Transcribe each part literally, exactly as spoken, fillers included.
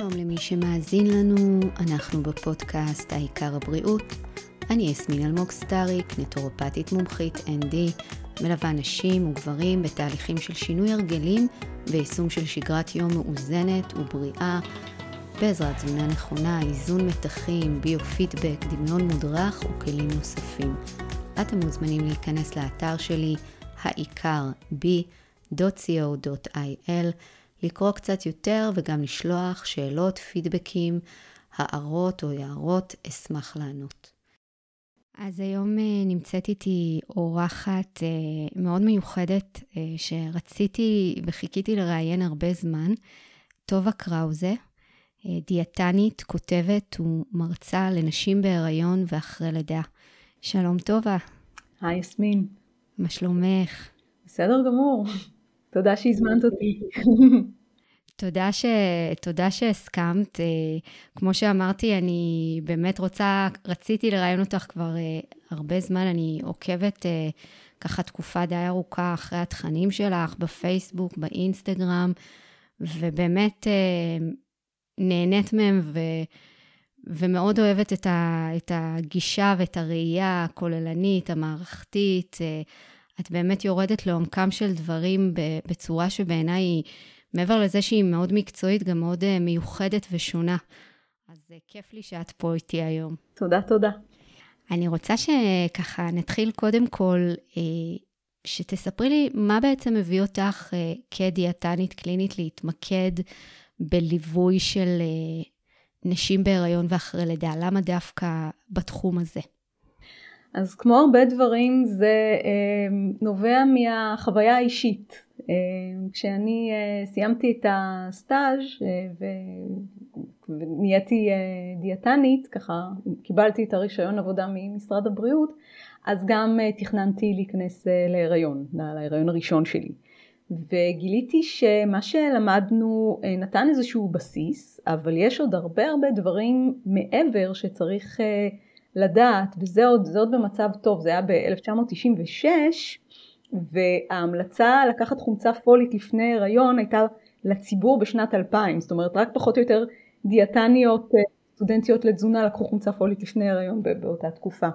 שלום למי שמאזין לנו, אנחנו בפודקאסט העיקר הבריאות. אני יסמין אלמוג סטריק, נטורופטית מומחית אן די, מלווה נשים וגברים בתהליכים של שינוי הרגלים ויישום של שגרת יום מאוזנת ובריאה, בעזרת תזונה נכונה, איזון מתחים, ביו-פידבק, דמיון מודרך וכלים נוספים. אתם מוזמנים להיכנס לאתר שלי, העיקר בי דוט סי או דוט איי אל, לקרוא קצת יותר וגם לשלוח שאלות, פידבקים, הערות או הערות, אשמח לענות. אז היום נמצאת איתי אורחת מאוד מיוחדת שרציתי וחיכיתי לראיין הרבה זמן, טובה קראוזה, דיאטנית, כותבת ומרצה לנשים בהיריון ואחרי לידה. שלום טובה. היי יסמין. מה שלומך? בסדר גמור. תודה שהזמנת אותי. תודה ש... תודה שהסכמת. כמו שאמרתי, אני באמת רוצה, רציתי לראיין אותך כבר הרבה זמן. אני עוקבת ככה תקופה די ארוכה אחרי התכנים שלך בפייסבוק, באינסטגרם, ובאמת נהנית מהם ו... ומאוד אוהבת את, ה... את הגישה ואת הראייה הכוללנית, המערכתית. את באמת יורדת לעומקם של דברים בצורה שבעיניי היא, מעבר לזה שהיא מאוד מקצועית, גם מאוד מיוחדת ושונה. אז כיף לי שאת פה איתי היום. תודה, תודה. אני רוצה שככה נתחיל קודם כל, שתספרי לי מה בעצם הביא אותך כדיאטנית קלינית להתמקד בליווי של נשים בהיריון ואחרי לידה. למה דווקא בתחום הזה? אז כמו הרבה דברים זה אה, נובע מהחוויה האישית. אה, כשאני אה, סיימתי את הסטאז' אה, ונהייתי אה, דיאטנית, ככה קיבלתי את הרישיון עבודה ממשרד הבריאות, אז גם אה, תכננתי להיכנס אה, להיריון, להיריון הראשון שלי. וגיליתי שמה שלמדנו אה, נתן איזשהו בסיס, אבל יש עוד הרבה הרבה דברים מעבר שצריך אה, לדעת, וזה עוד, זה עוד במצב טוב. זה היה ב-אלף תשע מאות תשעים ושש, וההמלצה לקחת חומצה פולית לפני הריון הייתה לציבור בשנת אלפיים, זאת אומרת רק פחות או יותר דיאטניות, סטודנטיות לתזונה לקחו חומצה פולית לפני הריון באותה תקופה.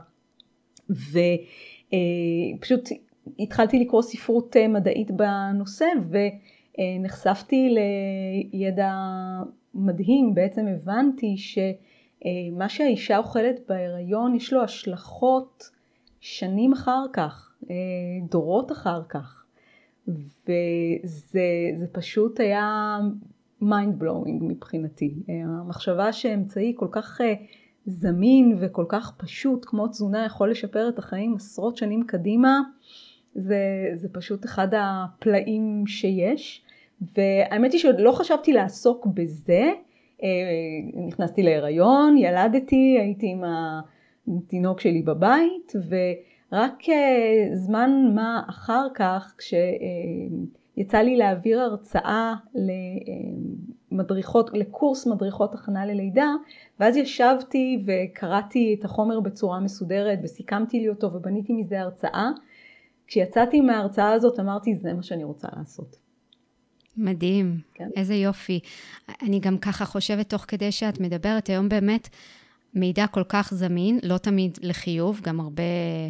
ופשוט התחלתי לקרוא ספרות מדעית בנושא, ונחשפתי לידע מדהים. בעצם הבנתי ש מה שהאישה אוכלת בהיריון יש לו השלכות שנים אחר כך, דורות אחר כך, וזה זה פשוט היה mind blowing מבחינתי. המחשבה שאמצעי כל כך זמין וכל כך פשוט כמו תזונה יכול לשפר את החיים עשרות שנים קדימה, זה, זה פשוט אחד הפלאים שיש. והאמת היא שלא חשבתי לעסוק בזה. נכנסתי להיריון, ילדתי, הייתי עם התינוק שלי בבית, ורק זמן מה אחר כך, כשיצא לי להעביר הרצאה למדריכות, לקורס מדריכות הכנה ללידה, ואז ישבתי וקראתי את החומר בצורה מסודרת וסיכמתי לי אותו ובניתי מזה הרצאה. כשיצאתי מההרצאה הזאת אמרתי, זה מה שאני רוצה לעשות. מדהים, כן. איזה יופי. אני גם ככה חושבת תוך כדי שאת מדברת, היום באמת מידע כל כך זמין, לא תמיד לחיוב, גם הרבה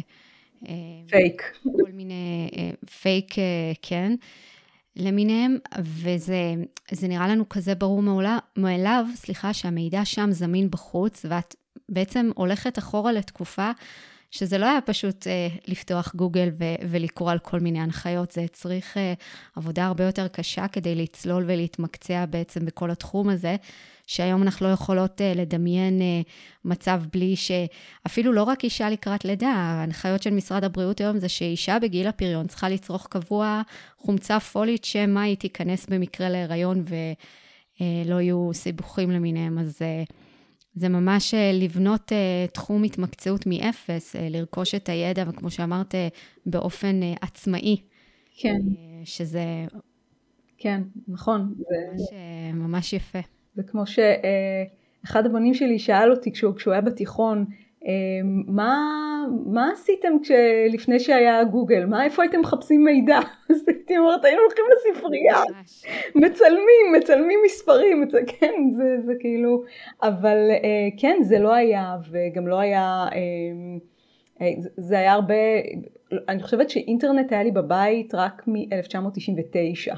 פייק. כל מיני פייק, כן, למיניהם, וזה זה נראה לנו כזה ברור מעולה, מאליו, סליחה, שהמידע שם זמין בחוץ, ואת בעצם הולכת אחורה לתקופה, שזה לא היה פשוט אה, לפתוח גוגל ו- ולקרוא על כל מיני הנחיות, זה צריך אה, עבודה הרבה יותר קשה כדי לצלול ולהתמקצע בעצם בכל התחום הזה, שהיום אנחנו לא יכולות אה, לדמיין אה, מצב בלי שאפילו לא רק אישה לקראת לידה, ההנחיות של משרד הבריאות היום זה שאישה בגיל הפריון צריכה לצרוך קבוע חומצה פולית, שמה היא תיכנס במקרה להיריון ולא אה, יהיו סיבוכים למיניהם, אז אה, זה ממש לבנות תחום התמקצעות מאפס, לרכוש את הידע, וכמו שאמרת, באופן עצמאי. כן. שזה... כן, נכון. ממש, ממש יפה. זה כמו שאחד הבנים שלי שאל אותי, כשהוא, כשהוא היה בתיכון, מה, מה עשיתם לפני שהיה גוגל? מה, איפה הייתם מחפשים מידע? אז הייתי אומרת, היינו הולכים לספרייה, מצלמים, מצלמים מספרים, כן, זה, זה כאילו, אבל כן, זה לא היה, וגם לא היה, זה היה הרבה, אני חושבת שאינטרנט היה לי בבית רק מ-אלף תשע מאות תשעים ותשע.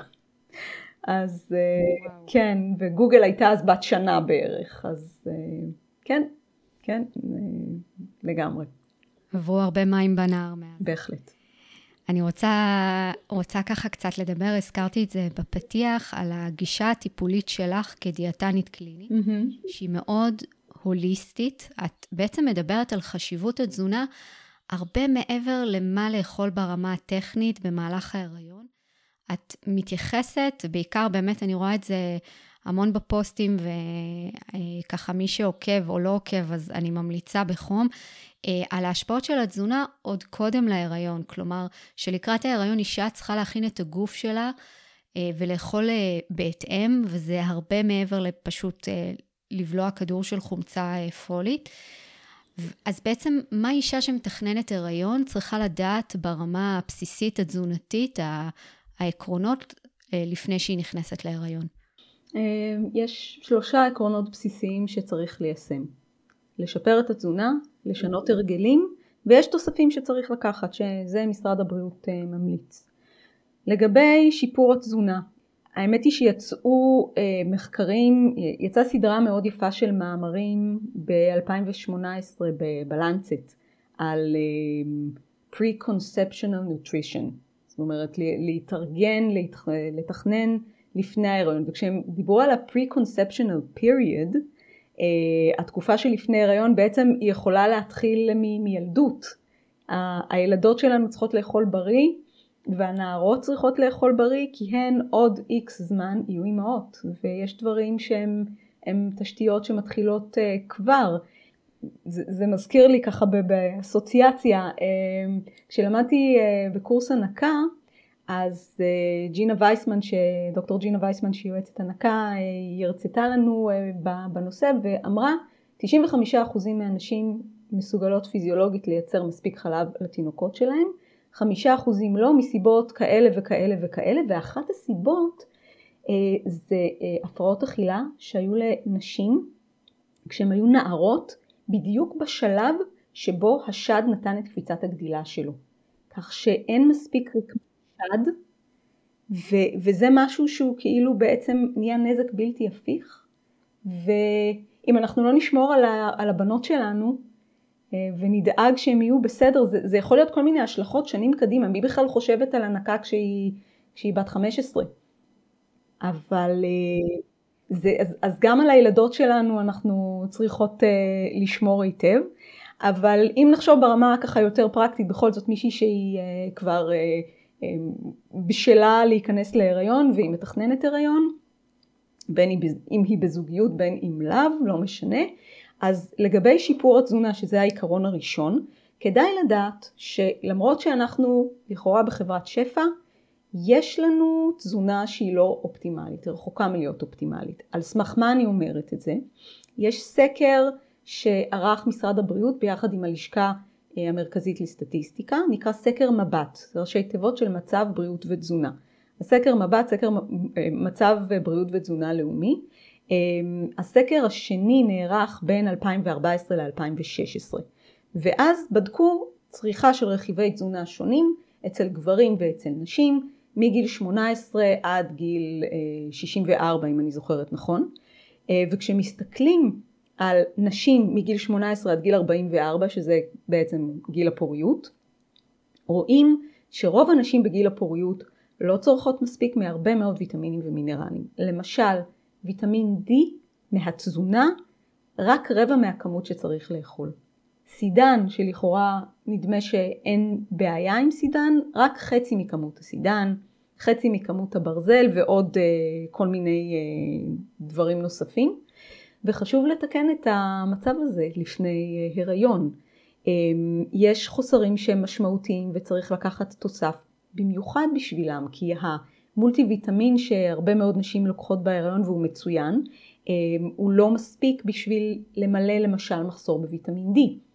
אז וואו. כן, וגוגל הייתה אז בת שנה בערך, אז כן, כן, לגמרי. עברו הרבה מים בנהר מאז. בהחלט. אני רוצה, רוצה ככה קצת לדבר, הזכרתי את זה בפתיח, על הגישה הטיפולית שלך כדיאטנית קלינית, mm-hmm. שהיא מאוד הוליסטית. את בעצם מדברת על חשיבות התזונה, הרבה מעבר למה לאכול ברמה הטכנית במהלך ההיריון. את מתייחסת, בעיקר באמת אני רואה את זה המון בפוסטים, וככה מי שעוקב או לא עוקב, אז אני ממליצה בחום, על ההשפעות של התזונה עוד קודם להיריון. כלומר, שלקראת ההיריון אישה צריכה להכין את הגוף שלה, ולאכול בהתאם, וזה הרבה מעבר לפשוט לבלוע כדור של חומצה פולית. אז בעצם מה אישה שמתכננת הריון צריכה לדעת ברמה הבסיסית התזונתית, העקרונות לפני שהיא נכנסת להיריון? יש שלושה עקרונות בסיסיים שצריך ליישם. לשפר את התזונה, לשנות הרגלים, ויש תוספים שצריך לקחת, שזה משרד הבריאות ממליץ. לגבי שיפור התזונה, האמת היא שיצאו מחקרים, יצאה סדרה מאוד יפה של מאמרים ב-אלפיים שמונה עשרה בלנצט, על Preconceptional Nutrition. זאת אומרת, להתארגן, לתכנן לפני ההיריון. וכשהם דיברו על ה-Preconceptional Period, התקופה שלפני ההיריון בעצם היא יכולה להתחיל מילדות. הילדות שלנו צריכות לאכול בריא, והנערות צריכות לאכול בריא, כי הן עוד איקס זמן יהיו אימהות. ויש דברים שהם הם תשתיות שמתחילות כבר. זה, זה מזכיר לי ככה באסוציאציה, כשלמדתי בקורס הנקה, אז ג'ינה וייסמן, דוקטור ג'ינה וייסמן שהיא יועצת הנקה, היא הרצתה לנו בנושא ואמרה, תשעים וחמישה אחוז מהנשים מסוגלות פיזיולוגית לייצר מספיק חלב לתינוקות שלהם, חמישה אחוז לא, מסיבות כאלה וכאלה וכאלה, ואחת הסיבות זה הפרעות אכילה שהיו לנשים, כשהן היו נערות, בדיוק בשלב שבו השד נתן את קפיצת הגדילה שלו. כך שאין מספיק רקמת שד, ו- וזה משהו שהוא כאילו בעצם נהיה נזק בלתי הפיך, ואם אנחנו לא נשמור על, ה- על הבנות שלנו, ונדאג שהם יהיו בסדר, זה, זה יכול להיות כל מיני השלכות שנים קדימה. מי בכלל חושבת על הנקה כשהיא, כשהיא בת חמש עשרה? אבל זה, אז, אז גם על הילדות שלנו אנחנו צריכות uh, לשמור היטב. אבל אם נחשוב ברמה ככה יותר פרקטית, בכל זאת מישהי שהיא uh, כבר uh, uh, בשלה להיכנס להיריון, והיא מתכננת הריון, בין אם היא בזוגיות, בין אם לאו, לא משנה. אז לגבי שיפור התזונה, שזה העיקרון הראשון, כדאי לדעת שלמרות שאנחנו לכאורה בחברת שפע, יש לנו תזונה שהיא לא אופטימלית, רחוקה מלהיות אופטימלית. על סמך מה אני אומרת את זה? יש סקר שערך משרד הבריאות ביחד עם הלשכה המרכזית לסטטיסטיקה, נקרא סקר מבט, זה ראשי תיבות של מצב בריאות ותזונה. הסקר מבט, סקר מצב בריאות ותזונה לאומי. הסקר השני נערך בין אלפיים וארבע עשרה ל-אלפיים ושש עשרה, ואז בדקו צריכה של רכיבי תזונה שונים אצל גברים ואצל נשים, מגיל שמונה עשרה עד גיל שישים וארבע, אם אני זוכרת נכון. וכשמסתכלים על נשים מגיל שמונה עשרה עד גיל ארבעים וארבע, שזה בעצם גיל הפוריות, רואים שרוב הנשים בגיל הפוריות לא צורכות מספיק מהרבה מאוד ויטמינים ומינרלים. למשל, ויטמין D מהתזונה, רק רבע מהכמות שצריך לאכול. סידן, שלכאורה נדמה שאין בעיה עם סידן, רק חצי מכמות הסידן, חצי מכמות הברזל ועוד uh, כל מיני uh, דברים נוספים. וחשוב לתקן את המצב הזה לפני uh, הריון. Um, יש חוסרים שהם משמעותיים וצריך לקחת תוסף במיוחד בשבילם, כי המולטי ויטמין שהרבה מאוד נשים לוקחות בהיריון והוא מצוין, um, הוא לא מספיק בשביל למלא למשל מחסור בוויטמין D.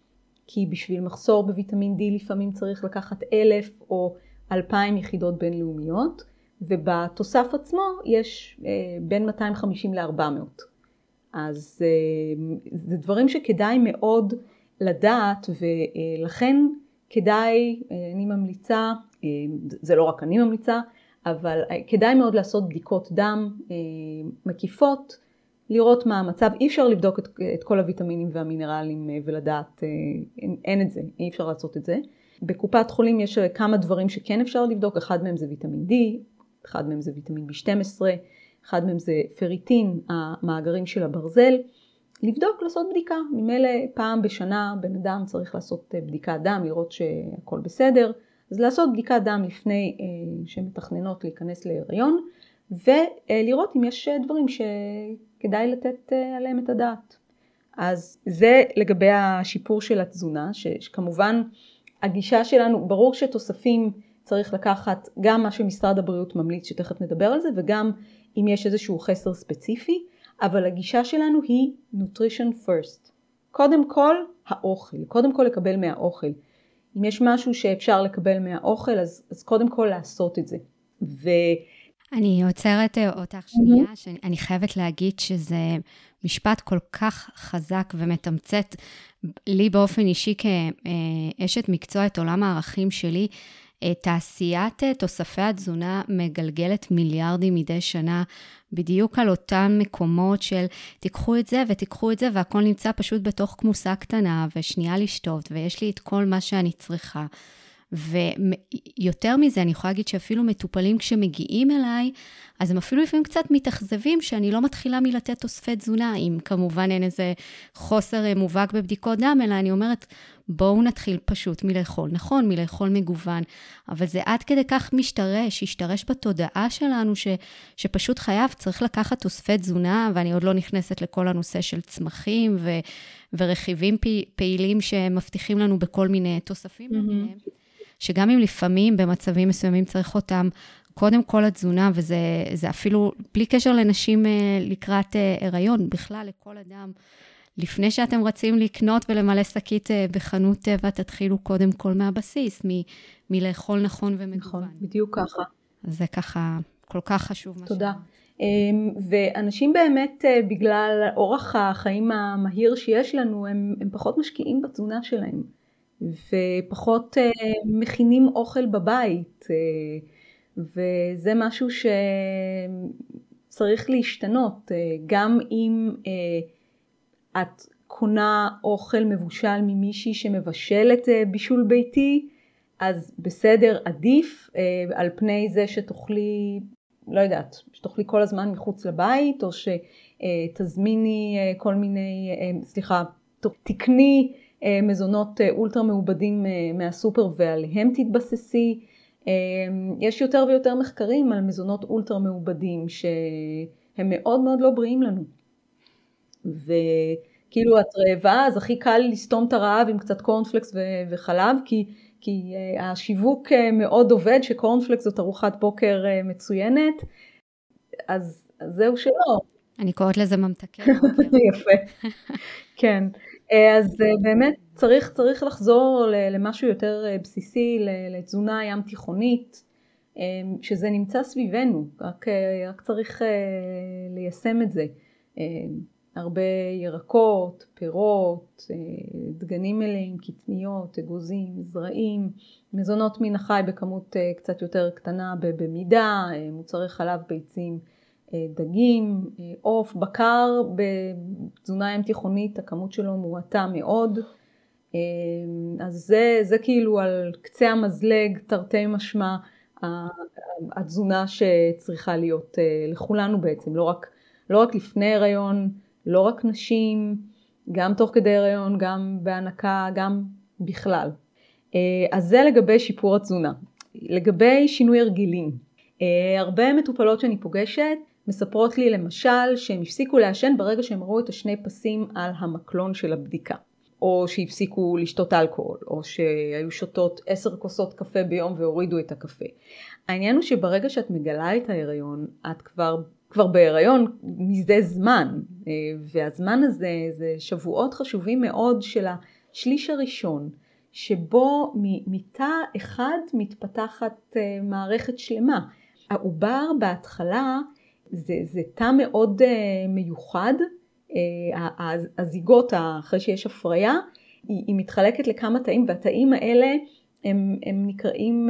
כי בשביל מחסור בוויטמין D לפעמים צריך לקחת אלף או אלפיים יחידות בינלאומיות, ובתוסף עצמו יש בין מאתיים וחמישים ל-ארבע מאות. אז זה דברים שכדאי מאוד לדעת, ולכן כדאי, אני ממליצה, זה לא רק אני ממליצה, אבל כדאי מאוד לעשות בדיקות דם מקיפות, לראות מה המצב. אי אפשר לבדוק את, את כל הוויטמינים והמינרלים ולדעת, אין, אין את זה, אי אפשר לעשות את זה. בקופת חולים יש כמה דברים שכן אפשר לבדוק, אחד מהם זה ויטמין D, אחד מהם זה ויטמין בי שתים עשרה, אחד מהם זה פריטין, המאגרים של הברזל. לבדוק, לעשות בדיקה. ממילא פעם בשנה בן אדם צריך לעשות בדיקת דם, לראות שהכל בסדר. אז לעשות בדיקת דם לפני שמתכננות להיכנס להיריון, ולראות אם יש דברים שכדאי לתת עליהם את הדעת. אז זה לגבי השיפור של התזונה, שכמובן הגישה שלנו, ברור שתוספים צריך לקחת גם מה שמשרד הבריאות ממליץ, שתכף נדבר על זה, וגם אם יש איזשהו חסר ספציפי, אבל הגישה שלנו היא nutrition first. קודם כל האוכל, קודם כל לקבל מהאוכל. אם יש משהו שאפשר לקבל מהאוכל, אז, אז קודם כל לעשות את זה. ו... אני עוצרת אותך שנייה, mm-hmm. שאני חייבת להגיד שזה משפט כל כך חזק ומתמצת לי באופן אישי כאשת מקצוע את עולם הערכים שלי. תעשיית תוספי התזונה מגלגלת מיליארדים מדי שנה, בדיוק על אותם מקומות של תיקחו את זה ותיקחו את זה, והכל נמצא פשוט בתוך כמוסה קטנה, ושנייה לשתות, ויש לי את כל מה שאני צריכה. ויותר מזה, אני יכולה להגיד שאפילו מטופלים כשמגיעים אליי, אז הם אפילו לפעמים קצת מתאכזבים שאני לא מתחילה מלתת תוספי תזונה, אם כמובן אין איזה חוסר מובהק בבדיקות דם, אלא אני אומרת, בואו נתחיל פשוט מלאכול, נכון, מלאכול מגוון, אבל זה עד כדי כך משתרש, השתרש בתודעה שלנו, ש, שפשוט חייב, צריך לקחת תוספי תזונה, ואני עוד לא נכנסת לכל הנושא של צמחים, ו, ורכיבים פעילים שמבטיחים לנו בכל מיני תוספים, mm-hmm. שגם אם לפעמים במצבים מסוימים צריך אותם, קודם כל התזונה, וזה זה אפילו בלי קשר לנשים לקראת הריון, בכלל לכל אדם, לפני שאתם רצים לקנות ולמלא שקית בחנות טבע, תתחילו קודם כל מהבסיס, מ- מלאכול נכון ומגוון. נכון, בדיוק ככה. זה ככה כל כך חשוב. תודה. ואנשים באמת, בגלל אורח החיים המהיר שיש לנו, הם, הם פחות משקיעים בתזונה שלהם, ופחות מכינים אוכל בבית, וזה משהו שצריך להשתנות, גם אם את קונה אוכל מבושל ממישהי שמבשלת בישול ביתי, אז בסדר, עדיף על פני זה שתאכלי, לא יודעת, שתאכלי כל הזמן מחוץ לבית, או שתזמיני כל מיני, סליחה, תקני מזונות אולטרה מעובדים מהסופר ועליהם תתבססי. יש יותר ויותר מחקרים על מזונות אולטרה מעובדים שהם מאוד מאוד לא בריאים לנו. וכאילו את רעבה, אז הכי קל לסתום את הרעב עם קצת קורנפלקס ו- וחלב, כי, כי השיווק מאוד עובד שקורנפלקס זאת ארוחת בוקר מצוינת, אז, אז זהו שלא. אני קוראת לזה ממתקי. יפה, כן. אז באמת צריך, צריך לחזור למשהו יותר בסיסי, לתזונה ים תיכונית, שזה נמצא סביבנו, רק, רק צריך ליישם את זה. הרבה ירקות, פירות, דגנים מלאים, קטניות, אגוזים, זרעים, מזונות מן החי בכמות קצת יותר קטנה במידה, מוצרי חלב, ביצים, דגים, עוף, בקר, בתזונה ים תיכונית הכמות שלו מועטה מאוד. אז זה, זה כאילו על קצה המזלג, תרתי משמע, התזונה שצריכה להיות לכולנו בעצם, לא רק, לא רק לפני הריון, לא רק נשים, גם תוך כדי הריון, גם בהנקה, גם בכלל. אז זה לגבי שיפור התזונה. לגבי שינוי הרגלים. הרבה מטופלות שאני פוגשת מספרות לי למשל שהם הפסיקו לעשן ברגע שהם ראו את השני פסים על המקלון של הבדיקה. או שהפסיקו לשתות אלכוהול, או שהיו שותות עשר כוסות קפה ביום והורידו את הקפה. העניין הוא שברגע שאת מגלה את ההיריון, את כבר, כבר בהיריון מזה זמן, והזמן הזה זה שבועות חשובים מאוד של, ה, השליש הראשון, שבו מתא אחד מתפתחת מערכת שלמה. העובר בהתחלה זה, זה תא מאוד מיוחד, הזיגות אחרי שיש הפריה, היא, היא מתחלקת לכמה תאים, והתאים האלה הם, הם נקראים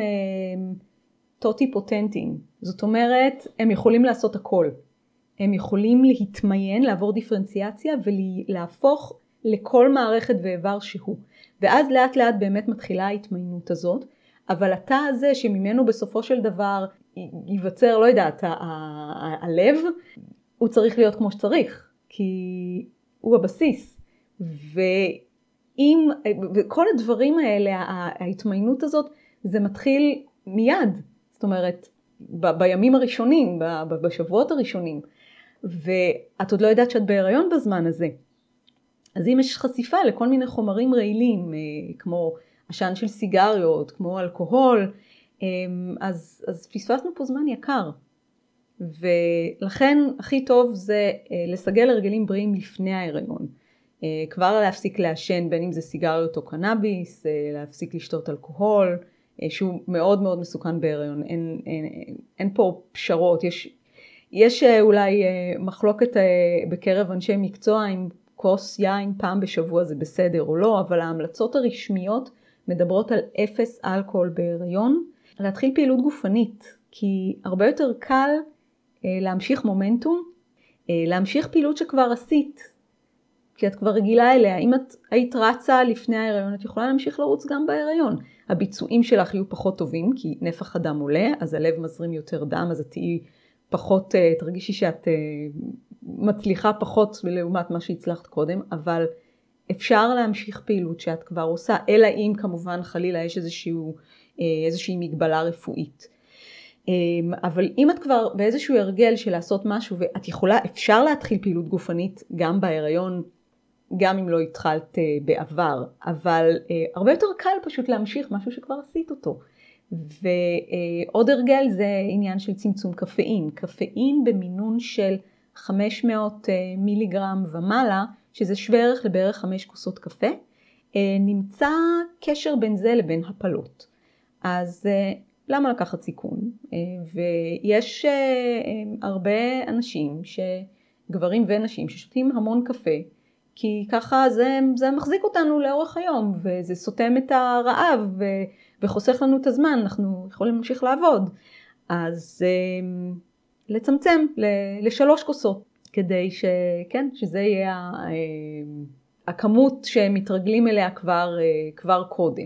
טוטיפוטנטים. זאת אומרת, הם יכולים לעשות הכל. הם יכולים להתמיין, לעבור דיפרנציאציה ולהפוך לכל מערכת ואיבר שהוא. ואז לאט לאט באמת מתחילה ההתמיינות הזאת, אבל התא הזה שממנו בסופו של דבר ייווצר, לא יודעת, הלב, הוא צריך להיות כמו שצריך, כי הוא הבסיס. ואם, וכל הדברים האלה, ההתמיינות הזאת, זה מתחיל מיד. זאת אומרת, ב- בימים הראשונים, ב- בשבועות הראשונים, ואת עוד לא יודעת שאת בהיריון בזמן הזה. אז אם יש חשיפה לכל מיני חומרים רעילים, כמו עשן של סיגריות, כמו אלכוהול, אז, אז פספסנו פה זמן יקר. ולכן הכי טוב זה לסגל הרגלים בריאים לפני ההיריון. כבר להפסיק לעשן, בין אם זה סיגריות או קנאביס, להפסיק לשתות אלכוהול, שהוא מאוד מאוד מסוכן בהיריון. אין, אין, אין פה פשרות. יש, יש אולי מחלוקת בקרב אנשי מקצוע עם כוס יין פעם בשבוע זה בסדר או לא, אבל ההמלצות הרשמיות מדברות על אפס אלכוהול בהיריון. להתחיל פעילות גופנית, כי הרבה יותר קל להמשיך מומנטום, להמשיך פעילות שכבר עשית, כי את כבר רגילה אליה. אם את היית רצה לפני ההיריון, את יכולה להמשיך לרוץ גם בהיריון. הביצועים שלך יהיו פחות טובים, כי נפח הדם עולה, אז הלב מזרים יותר דם, אז את תהיי פחות, תרגישי שאת מצליחה פחות לעומת מה שהצלחת קודם, אבל אפשר להמשיך פעילות שאת כבר עושה, אלא אם כמובן חלילה יש איזשהו, איזושהי מגבלה רפואית. אבל אם את כבר באיזשהו הרגל של לעשות משהו, ואת יכולה, אפשר להתחיל פעילות גופנית גם בהיריון, גם אם לא התחלת בעבר, אבל הרבה יותר קל פשוט להמשיך משהו שכבר עשית אותו. ועוד הרגל זה עניין של צמצום קפאין. קפאין במינון של חמש מאות מיליגרם ומעלה, שזה שווה ערך לבערך חמש כוסות קפה, נמצא קשר בין זה לבין הפלות. אז למה לקחת סיכון? ויש הרבה אנשים, גברים ונשים, ששותים המון קפה, כי ככה זה, זה מחזיק אותנו לאורך היום, וזה סותם את הרעב, ו, וחוסך לנו את הזמן, אנחנו יכולים להמשיך לעבוד. אז לצמצם לשלוש כוסות, כדי ש, כן, שזה יהיה הכמות שמתרגלים אליה כבר, כבר קודם.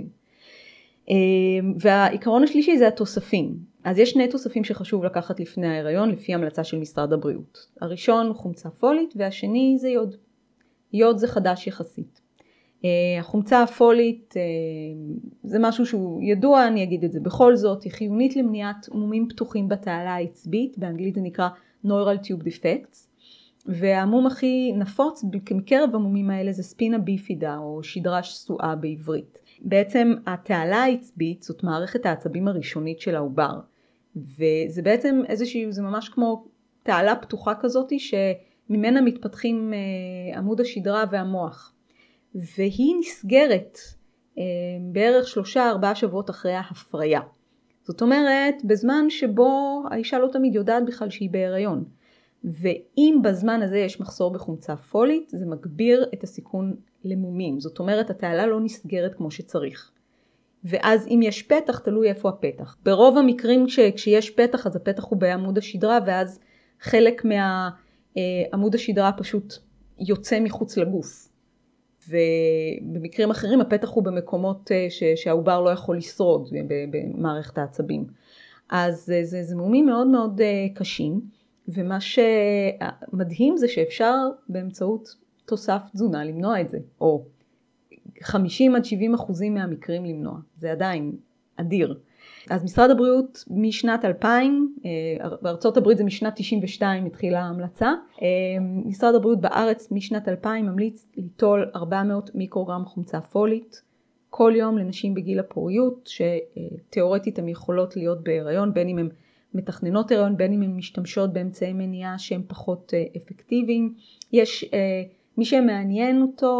והעיקרון השלישי זה התוספים. אז יש שני תוספים שחשוב לקחת לפני ההיריון, לפי המלצה של משרד הבריאות. הראשון הוא חומצה פולית, והשני זה יוד. יוד זה חדש יחסית. החומצה הפולית זה משהו שהוא ידוע, אני אגיד את זה בכל זאת, היא חיונית למניעת מומים פתוחים בתעלה העצבית, באנגלית זה נקרא neural tube defects, והמום הכי נפוץ מקרב המומים האלה זה ספינה ביפידה או שדרה שסועה בעברית. בעצם התעלה העצבית זאת מערכת העצבים הראשונית של העובר, וזה בעצם איזושהי, זה ממש כמו תעלה פתוחה כזאת שממנה מתפתחים עמוד השדרה והמוח, והיא נסגרת בערך שלושה ארבעה שבועות אחרי ההפריה. זאת אומרת בזמן שבו האישה לא תמיד יודעת בכלל שהיא בהיריון, ואם בזמן הזה יש מחסור בחומצה פולית זה מגביר את הסיכון למומים. זאת אומרת התעלה לא נסגרת כמו שצריך, ואז אם יש פתח תלוי איפה הפתח. ברוב המקרים כשיש פתח אז הפתח הוא בעמוד השדרה, ואז חלק מהעמוד השדרה פשוט יוצא מחוץ לגוף, ובמקרים אחרים הפתח הוא במקומות שהעובר לא יכול לשרוד במערכת העצבים. אז זה, זה מומים מאוד מאוד קשים, ומה שמדהים זה שאפשר באמצעות תוסף תזונה למנוע את זה, או חמישים עד שבעים אחוזים מהמקרים למנוע. זה עדיין אדיר. אז משרד הבריאות משנת אלפיים, בארצות הברית זה משנת תשעים ושתיים התחילה ההמלצה, משרד הבריאות בארץ משנת אלפיים ממליץ ליטול ארבע מאות מיקרוגרם חומצה פולית כל יום לנשים בגיל הפוריות, שתיאורטית הן יכולות להיות בהיריון, בין אם הן מתכננות הריון, בין אם הן משתמשות באמצעי מניעה שהם פחות אפקטיביים. יש מי שמעניין אותו,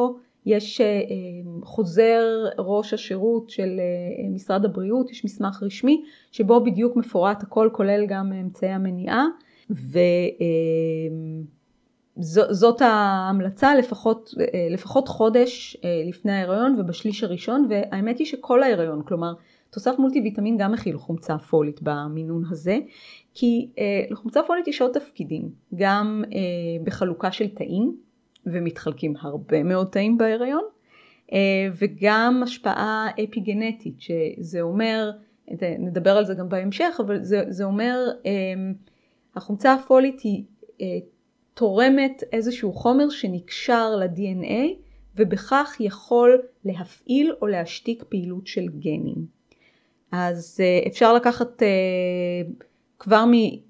יש חוזר ראש השירות של משרד הבריאות, יש מסמך רשמי שבו בדיוק מפורט הכל, כולל גם אמצעי המניעה, וזאת ההמלצה לפחות, לפחות חודש לפני ההיריון ובשליש הראשון, והאמת היא שכל ההיריון, כלומר תוסף מולטי ויטמין גם מכיל חומצה פולית במינון הזה, כי לחומצה פולית יש עוד תפקידים, גם בחלוקה של תאים, ומתחלקים הרבה מאוד תאים בהיריון, וגם השפעה אפיגנטית, שזה אומר, נדבר על זה גם בהמשך, אבל זה, זה אומר, החומצה הפולית היא תורמת איזשהו חומר שנקשר ל-די אן איי, ובכך יכול להפעיל או להשתיק פעילות של גנים. אז אפשר לקחת כבר מ...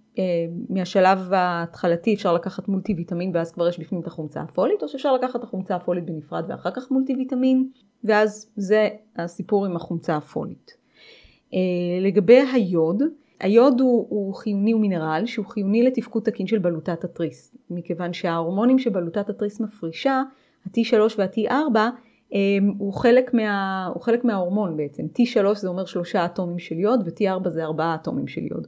מהשלב ההתחלתי אפשר לקחת מולטי ויטמין ואז כבר יש בפנים את החומצה הפולית, או שאפשר לקחת את החומצה הפולית בנפרד ואחר כך מולטי ויטמין, ואז זה הסיפור עם החומצה הפולית. לגבי היוד, היוד הוא, הוא חיוני, הוא מינרל שהוא חיוני לתפקוד תקין של בלוטת התריס, מכיוון שההורמונים שבלוטת התריס מפרישה, ה-טי שלוש וה-טי ארבע, הוא חלק, מה, הוא חלק מההורמון בעצם. טי שלוש זה אומר שלושה אטומים של יוד ו-טי ארבע זה ארבעה אטומים של יוד.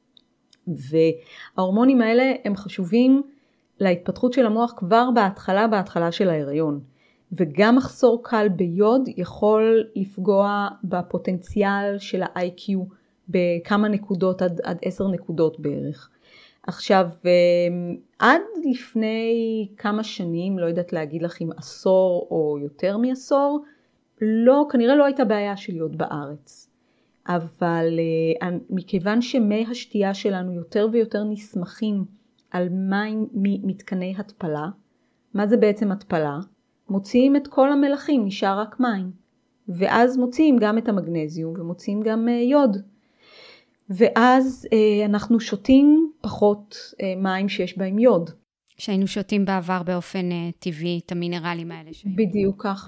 וההורמונים האלה הם חשובים להתפתחות של המוח כבר בהתחלה, בהתחלה של ההיריון. וגם מחסור קל ביוד יכול לפגוע בפוטנציאל של ה-איי קיו בכמה נקודות עד, עד עשר נקודות בערך. עכשיו, עד לפני כמה שנים, לא יודעת להגיד לך אם עשור או יותר מעשור, לא, כנראה לא הייתה בעיה של יוד בארץ. אבל מכיוון שמי השתייה שלנו יותר ויותר נסמכים על מים ממתקני התפלה, מה זה בעצם התפלה? מוציאים את כל המלחים, נשאר רק מים. ואז מוציאים גם את המגנזיום ומוציאים גם יוד. ואז אנחנו שותים פחות מים שיש בהם יוד. שהיינו שותים בעבר באופן טבעי את המינרלים האלה. בדיוק ככה.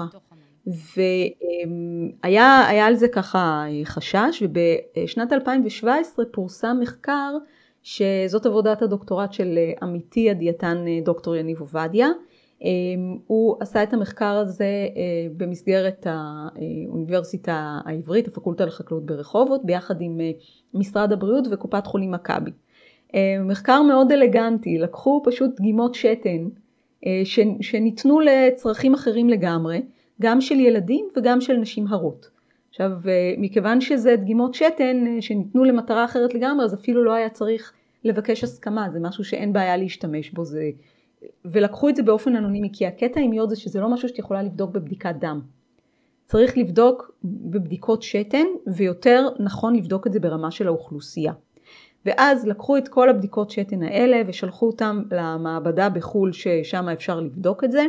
והיה היה על זה ככה חשש, ובשנת אלפיים שבע עשרה פורסם מחקר שזאת עבודת הדוקטורט של עמיתי הדיאטן דוקטור יניב עובדיה. הוא עשה את המחקר הזה במסגרת האוניברסיטה העברית, הפקולטה לחקלאות ברחובות, ביחד עם משרד הבריאות וקופת חולים מכבי. מחקר מאוד אלגנטי, לקחו פשוט דגימות שתן שניתנו לצרכים אחרים לגמרי, גם של ילדים וגם של נשים הרות. עכשיו, מכיוון שזה דגימות שתן שניתנו למטרה אחרת לגמרי, אז אפילו לא היה צריך לבקש הסכמה, זה משהו שאין בעיה להשתמש בו, זה... ולקחו את זה באופן אנונימי, כי הקטע עם יוד זה שזה לא משהו שאת יכולה לבדוק בבדיקת דם. צריך לבדוק בבדיקות שתן, ויותר נכון לבדוק את זה ברמה של האוכלוסייה. ואז לקחו את כל הבדיקות שתן האלה, ושלחו אותם למעבדה בחול, ששם אפשר לבדוק את זה,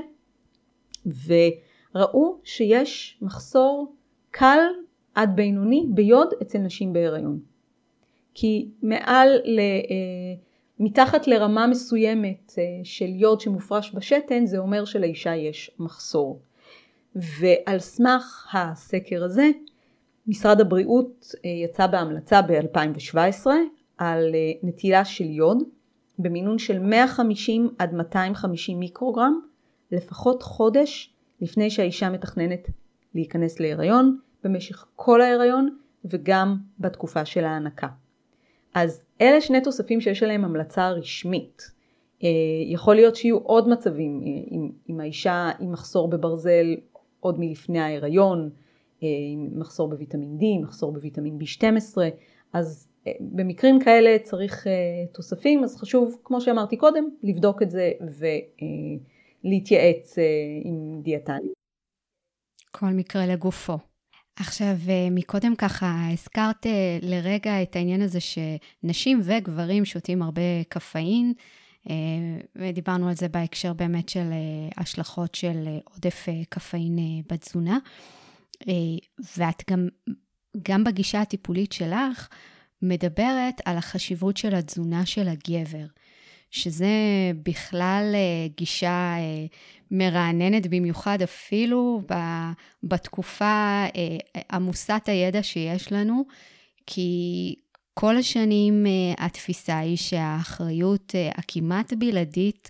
וראו שיש מחסור קל עד בינוני ביוד אצל נשים בהיריון. כי מעל ל... מתחת לרמה מסוימת של יוד שמופרש בשתן, זה אומר שלאישה יש מחסור. ועל סמך הסקר הזה, משרד הבריאות יצא בהמלצה ב-אלפיים שבע עשרה על נטילה של יוד במינון של מאה וחמישים עד מאתיים וחמישים מיקרוגרם, לפחות חודש לפני שהאישה מתכננת להיכנס להיריון, במשך כל ההיריון וגם בתקופה של ההנקה. אז אלה שני תוספים שיש עליהם המלצה רשמית. יכול להיות שיהיו עוד מצבים, עם האישה עם מחסור בברזל עוד מלפני ההיריון, עם מחסור בוויטמין D, מחסור בוויטמין בי שתים עשרה, אז במקרים כאלה צריך תוספים, אז חשוב, כמו שאמרתי קודם, לבדוק את זה ולהתייעץ עם דיאטני. כל מקרה לגופו. עכשיו, מקודם ככה הזכרת לרגע את העניין הזה שנשים וגברים שותים הרבה קפאין, ודיברנו על זה בהקשר באמת של השלכות של עודף קפאין בתזונה, ואת גם, גם בגישה הטיפולית שלך מדברת על החשיבות של התזונה של הגבר, שזה בכלל גישה מרעננת במיוחד אפילו בתקופה עמוסת הידע שיש לנו, כי כל השנים התפיסה היא שהאחריות הכמעט בלעדית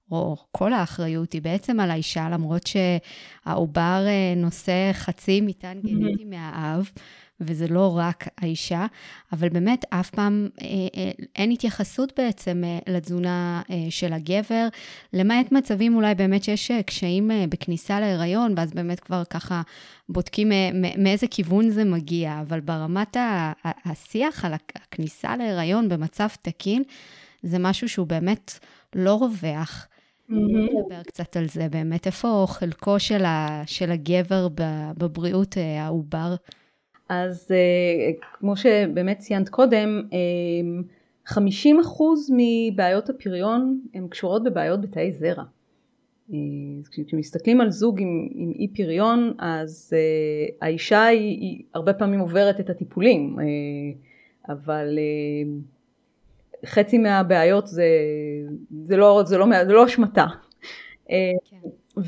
או כל האחריות היא בעצם על האישה, למרות שהעובר נושא חצי מטען גנטי מהאב, וזה לא רק האישה, אבל באמת אף פעם אין התייחסות בעצם לתזונה של הגבר, למעט מצבים אולי באמת שיש קשיים בכניסה להיריון, ואז באמת כבר ככה בודקים מאיזה כיוון זה מגיע, אבל ברמת השיח על הכניסה להיריון במצב תקין, זה משהו שהוא באמת לא רווח. נדבר קצת על זה באמת, איפה חלקו של, ה, של הגבר בבריאות העובר? אז כמו שבאמת ציינת קודם, חמישים אחוז מבעיות הפריון הן קשורות בבעיות בתאי זרע. כשמסתכלים על זוג עם, עם אי פריון, אז האישה היא, היא הרבה פעמים עוברת את הטיפולים, אבל חצי מהבעיות זה, זה לא, זה לא, זה לא השמטה. כן.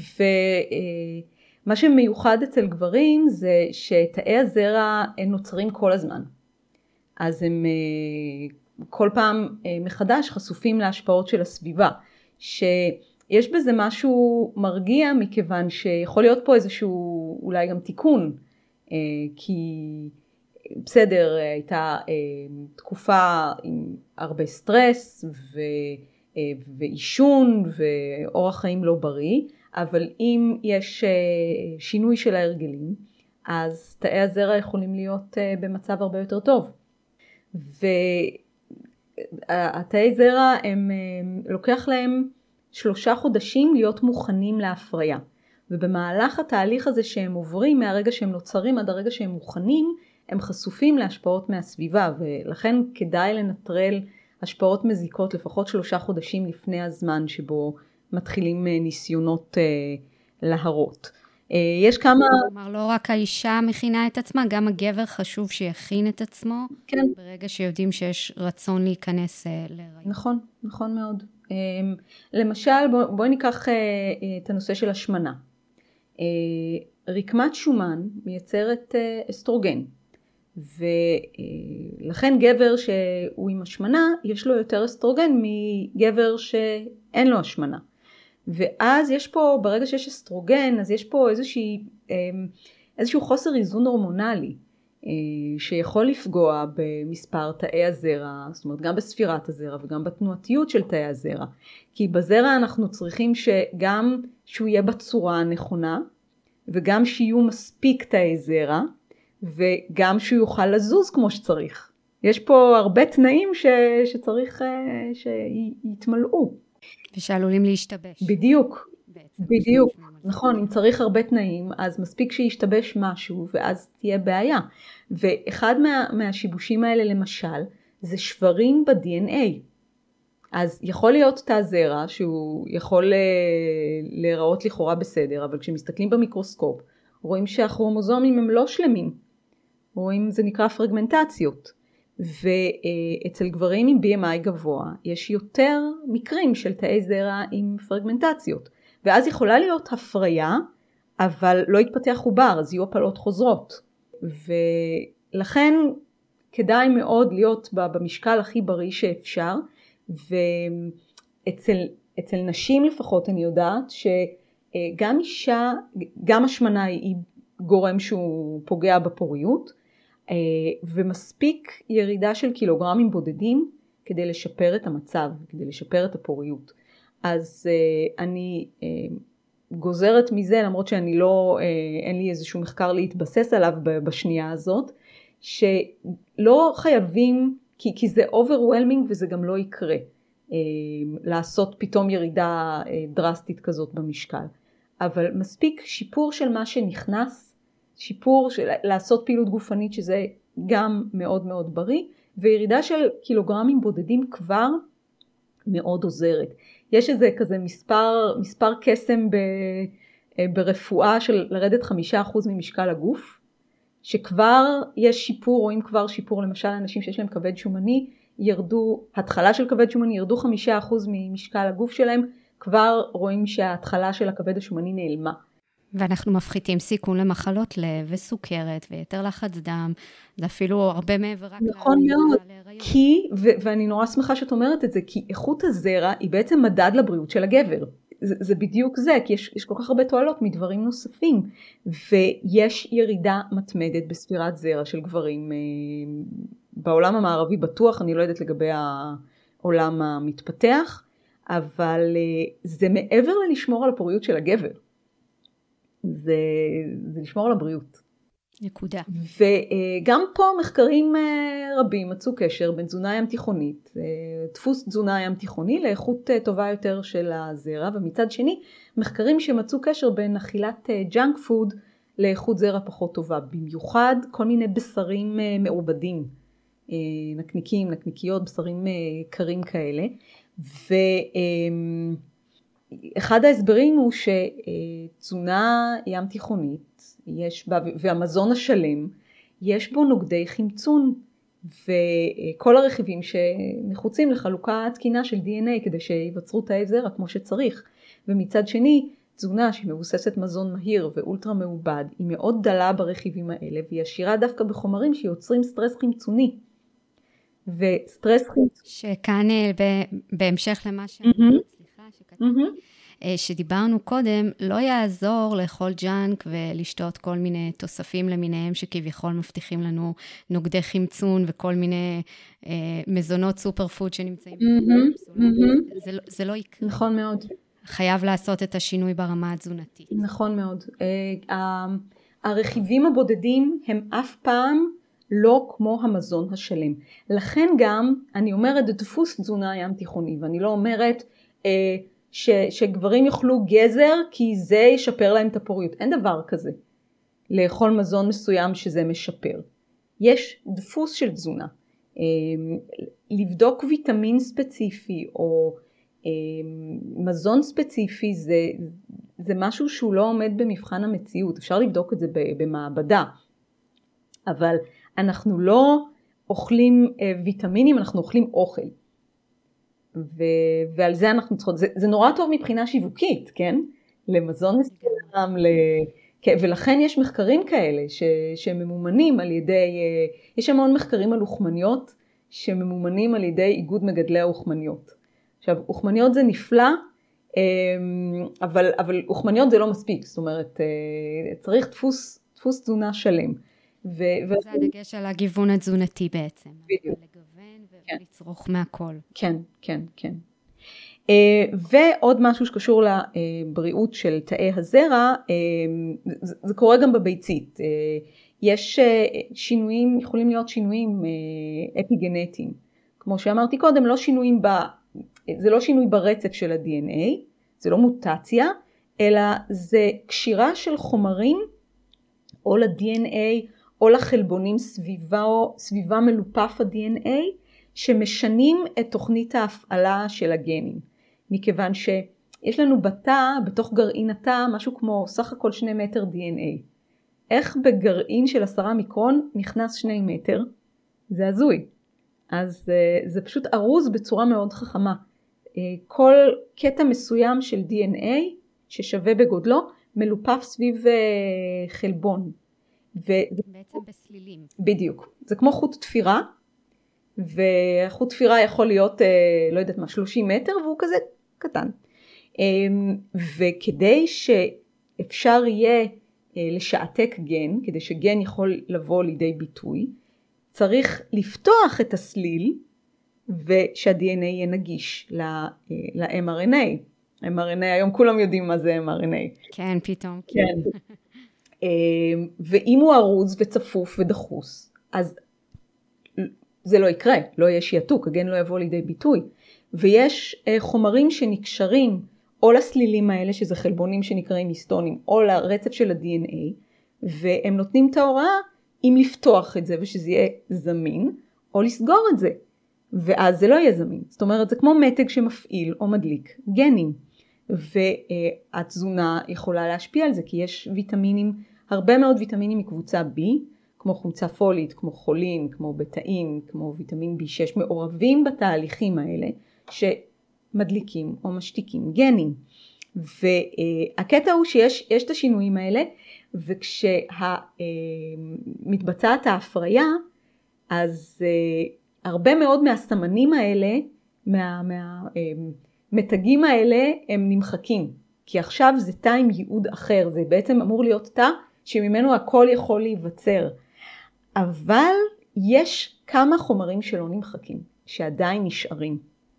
ומה שמיוחד אצל גברים זה שתאי הזרע הם נוצרים כל הזמן. אז הם כל פעם מחדש חשופים להשפעות של הסביבה, שיש בזה משהו מרגיע מכיוון שיכול להיות פה איזשהו אולי גם תיקון, כי בסדר, הייתה תקופה עם הרבה סטרס ואישון ואורח חיים לא בריא, אבל אם יש שינוי של ההרגלים, אז תאי הזרע יכולים להיות במצב הרבה יותר טוב. והתאי זרע הם לוקח להם שלושה חודשים להיות מוכנים להפריה. ובמהלך התהליך הזה שהם עוברים מהרגע שהם נוצרים עד הרגע שהם מוכנים, הם חשופים להשפעות מהסביבה, ולכן כדאי לנטרל השפעות מזיקות לפחות שלושה חודשים לפני הזמן שבו מתחילים ניסיונות להרות. יש כמה... כלומר, לא רק האישה מכינה את עצמה, גם הגבר חשוב שיכין את עצמו, כן. ברגע שיודעים שיש רצון להיכנס להיריון. נכון, נכון מאוד. למשל, בוא, בואי ניקח את הנושא של השמנה. רקמת שומן מייצרת אסטרוגן, ולכן גבר שהוא עם השמנה, יש לו יותר אסטרוגן מגבר שאין לו השמנה. ואז יש פה, ברגע שיש אסטרוגן, אז יש פה איזושהי, איזשהו חוסר איזון הורמונלי, שיכול לפגוע במספר תאי הזרע, זאת אומרת גם בספירת הזרע וגם בתנועתיות של תאי הזרע. כי בזרע אנחנו צריכים שגם שהוא יהיה בצורה הנכונה, וגם שיהיו מספיק תאי זרע, וגם שהוא יוכל לזוז כמו שצריך. יש פה הרבה תנאים ש, שצריך שיתמלאו. ושעלולים להשתבש. בדיוק, בעצם, בדיוק. נכון, אם צריך הרבה תנאים, אז מספיק שישתבש משהו, ואז תהיה בעיה. ואחד מה, מהשיבושים האלה למשל, זה שברים ב-די אן איי. אז יכול להיות תא זרע, שהוא יכול להיראות לכאורה בסדר, אבל כשמסתכלים במיקרוסקופ, רואים שהכרומוזומים הם לא שלמים. רואים, זה נקרא פרגמנטציות. ואצל גברים עם בי אם איי גבוה, יש יותר מקרים של תאי זרע עם פרגמנטציות. ואז יכולה להיות הפריה, אבל לא יתפתח עובר, אז יהיו הפלות חוזרות. ולכן כדאי מאוד להיות במשקל הכי בריא שאפשר, ואצל אצל נשים לפחות אני יודעת שגם אישה, גם השמנה היא גורם שהוא פוגע בפוריות, ומספיק ירידה של קילוגרמים בודדים כדי לשפר את המצב, כדי לשפר את הפוריות. אז אני גוזרת מזה, למרות שאני לא, אין לי איזשהו מחקר להתבסס עליו בשנייה הזאת, שלא חייבים, כי, כי זה overwhelming וזה גם לא יקרה, לעשות פתאום ירידה דרסטית כזאת במשקל. אבל מספיק שיפור של מה שנכנס, שיפור של לעשות פעילות גופנית שזה גם מאוד מאוד בריא, וירידה של קילוגרמים בודדים כבר מאוד עוזרת. יש איזה כזה מספר, מספר קסם ב, ברפואה של לרדת חמישה אחוז ממשקל הגוף, שכבר יש שיפור, רואים כבר שיפור, למשל אנשים שיש להם כבד שומני, ירדו, התחלה של כבד שומני ירדו חמישה אחוז ממשקל הגוף שלהם, כבר רואים שההתחלה של הכבד השומני נעלמה. ואנחנו מפחיתים סיכון למחלות לב וסוכרת ויתר לחץ דם, זה אפילו הרבה מעבר רק נכון מאוד, כי, ו- ואני נורא שמחה שאת אומרת את זה, כי איכות הזרע היא בעצם מדד לבריאות של הגבר. זה, זה בדיוק זה, כי יש, יש כל כך הרבה תועלות מדברים נוספים, ויש ירידה מתמדת בספירת זרע של גברים בעולם המערבי בטוח, אני לא יודעת לגבי העולם המתפתח, אבל זה מעבר ללשמור על הפוריות של הגבר. זה, זה לשמור על הבריאות. נקודה. וגם פה מחקרים רבים מצאו קשר בין תזונה ים תיכונית, דפוס תזונה ים תיכוני לאיכות טובה יותר של הזרע, ומצד שני מחקרים שמצאו קשר בין אכילת ג'אנק פוד לאיכות זרע פחות טובה, במיוחד כל מיני בשרים מעובדים, נקניקים, נקניקיות, בשרים קרים כאלה, ו... אחד ההסברים הוא שתזונה ים תיכונית, יש בה, והמזון השלם, יש בו נוגדי חמצון, וכל הרכיבים שנחוצים לחלוקה תקינה של די אן איי, כדי שיווצרו תאי זרע כמו שצריך. ומצד שני, תזונה שמבוססת מזון מהיר ואולטרה מעובד, היא מאוד דלה ברכיבים האלה, והיא עשירה דווקא בחומרים שיוצרים סטרס חמצוני. וסטרס חמצוני... שכאן בהמשך למה שאמרת, סליחה, שכתבתי, שדיברנו קודם, לא יעזור לאכול ג'אנק ולשתות כל מיני תוספים למיניהם שכביכול מבטיחים לנו נוגדי חמצון וכל מיני מזונות סופר פוד שנמצאים. זה לא יקרה. נכון מאוד. חייב לעשות את השינוי ברמה התזונתית. נכון מאוד. הרכיבים הבודדים הם אף פעם לא כמו המזון השלם. לכן גם אני אומרת דפוס תזונה ים תיכוני, ואני לא אומרת ש, שגברים יאכלו גזר כי זה ישפר להם את הפוריות. אין דבר כזה. לאכול מזון מסוים שזה משפר. יש דפוס של תזונה. לבדוק ויטמין ספציפי או מזון ספציפי זה, זה משהו שהוא לא עומד במבחן המציאות. אפשר לבדוק את זה במעבדה. אבל אנחנו לא אוכלים ויטמינים, אנחנו אוכלים אוכל. ו, ועל זה אנחנו צריכות, זה, זה נורא טוב מבחינה שיווקית, כן? למזון מסוים, ל, ולכן יש מחקרים כאלה ש, שממומנים על ידי, יש המון מחקרים על אוכמניות שממומנים על ידי איגוד מגדלי האוכמניות. עכשיו, אוכמניות זה נפלא, אבל, אבל אוכמניות זה לא מספיק, זאת אומרת, צריך דפוס, דפוס תזונה שלם. ו, זה ו... הדגש על הגיוון התזונתי בעצם. בדיוק. לצרוך מהכל. כן, כן, כן. ועוד משהו שקשור לבריאות של תאי הזרע, זה קורה גם בביצית. יש שינויים, יכולים להיות שינויים אפיגנטיים. כמו שאמרתי קודם, לא שינויים ב, זה לא שינוי ברצף של ה-די אן איי, זה לא מוטציה, אלא זה קשירה של חומרים, או ל-די אן איי, או לחלבונים סביבה, סביבה מלופף ה-די אן איי, שמשנים את תוכנית ההפעלה של הגנים. מכיוון שיש לנו בתא, בתוך גרעין התא, משהו כמו סך הכל שני מטר די אן איי. איך בגרעין של עשרה מיקרון נכנס שני מטר? זה הזוי. אז זה פשוט ארוז בצורה מאוד חכמה. כל קטע מסוים של די אן איי ששווה בגודלו, מלופף סביב חלבון. ו... בעצם בסלילים. בדיוק. זה כמו חוט תפירה, וחוט תפירה יכול להיות, לא יודעת מה, שלושים מטר, והוא כזה קטן. וכדי שאפשר יהיה לשעתק גן, כדי שגן יכול לבוא לידי ביטוי, צריך לפתוח את הסליל, ושה-די אן איי יהיה נגיש ל-אם אר אן איי. אם אר אן איי, היום כולם יודעים מה זה אם אר אן איי. כן, פתאום. כן. ואם הוא ארוז וצפוף ודחוס, אז זה לא יקרה, לא יהיה שיעתוק, הגן לא יבוא לידי ביטוי. ויש חומרים שנקשרים או לסלילים האלה, שזה חלבונים שנקראים היסטונים, או לרצף של ה-די אן איי, והם נותנים את ההוראה אם לפתוח את זה ושזה יהיה זמין, או לסגור את זה, ואז זה לא יהיה זמין. זאת אומרת, זה כמו מתג שמפעיל או מדליק גנים, והתזונה יכולה להשפיע על זה, כי יש ויטמינים, הרבה מאוד ויטמינים מקבוצה B, כמו חומצה פולית, כמו חולין, כמו בטאין, כמו ויטמין בי שש, מעורבים בתהליכים האלה שמדליקים או משתיקים גנים. והקטע הוא שיש יש את השינויים האלה, וכשמתבצעת ההפריה, אז הרבה מאוד מהסמנים האלה, מהמתגים מה, האלה, הם נמחקים. כי עכשיו זה תא עם ייעוד אחר, זה בעצם אמור להיות תא שממנו הכל יכול להיווצר. אבל יש כמה חומרים שלא נמחקים, שעדיין נשארים.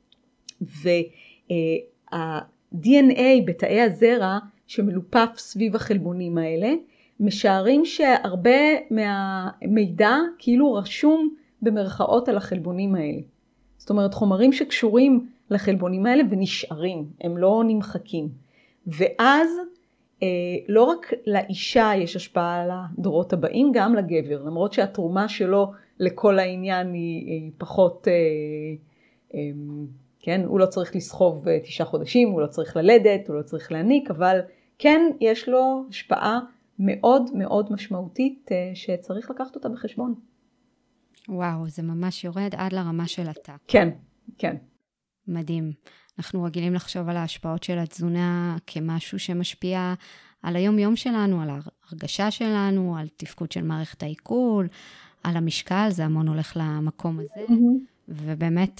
וה-די אן איי בתאי הזרע שמלופף סביב החלבונים האלה, משערים שהרבה מהמידע כאילו רשום במרכאות על החלבונים האלה. זאת אומרת, חומרים שקשורים לחלבונים האלה ונשארים, הם לא נמחקים. ואז אה, לא רק לאישה יש השפעה על הדורות הבאים, גם לגבר, למרות שהתרומה שלו לכל העניין היא, היא פחות, אה, אה, כן, הוא לא צריך לסחוב תשעה חודשים, הוא לא צריך ללדת, הוא לא צריך להניק, אבל כן יש לו השפעה מאוד מאוד משמעותית אה, שצריך לקחת אותה בחשבון. וואו, זה ממש יורד עד לרמה של התא. כן, כן. מדהים. אנחנו רגילים לחשוב על ההשפעות של התזונה כמשהו שמשפיע על היום-יום שלנו, על ההרגשה שלנו, על תפקוד של מערכת העיכול, על המשקל, זה המון הולך למקום הזה. Mm-hmm. ובאמת,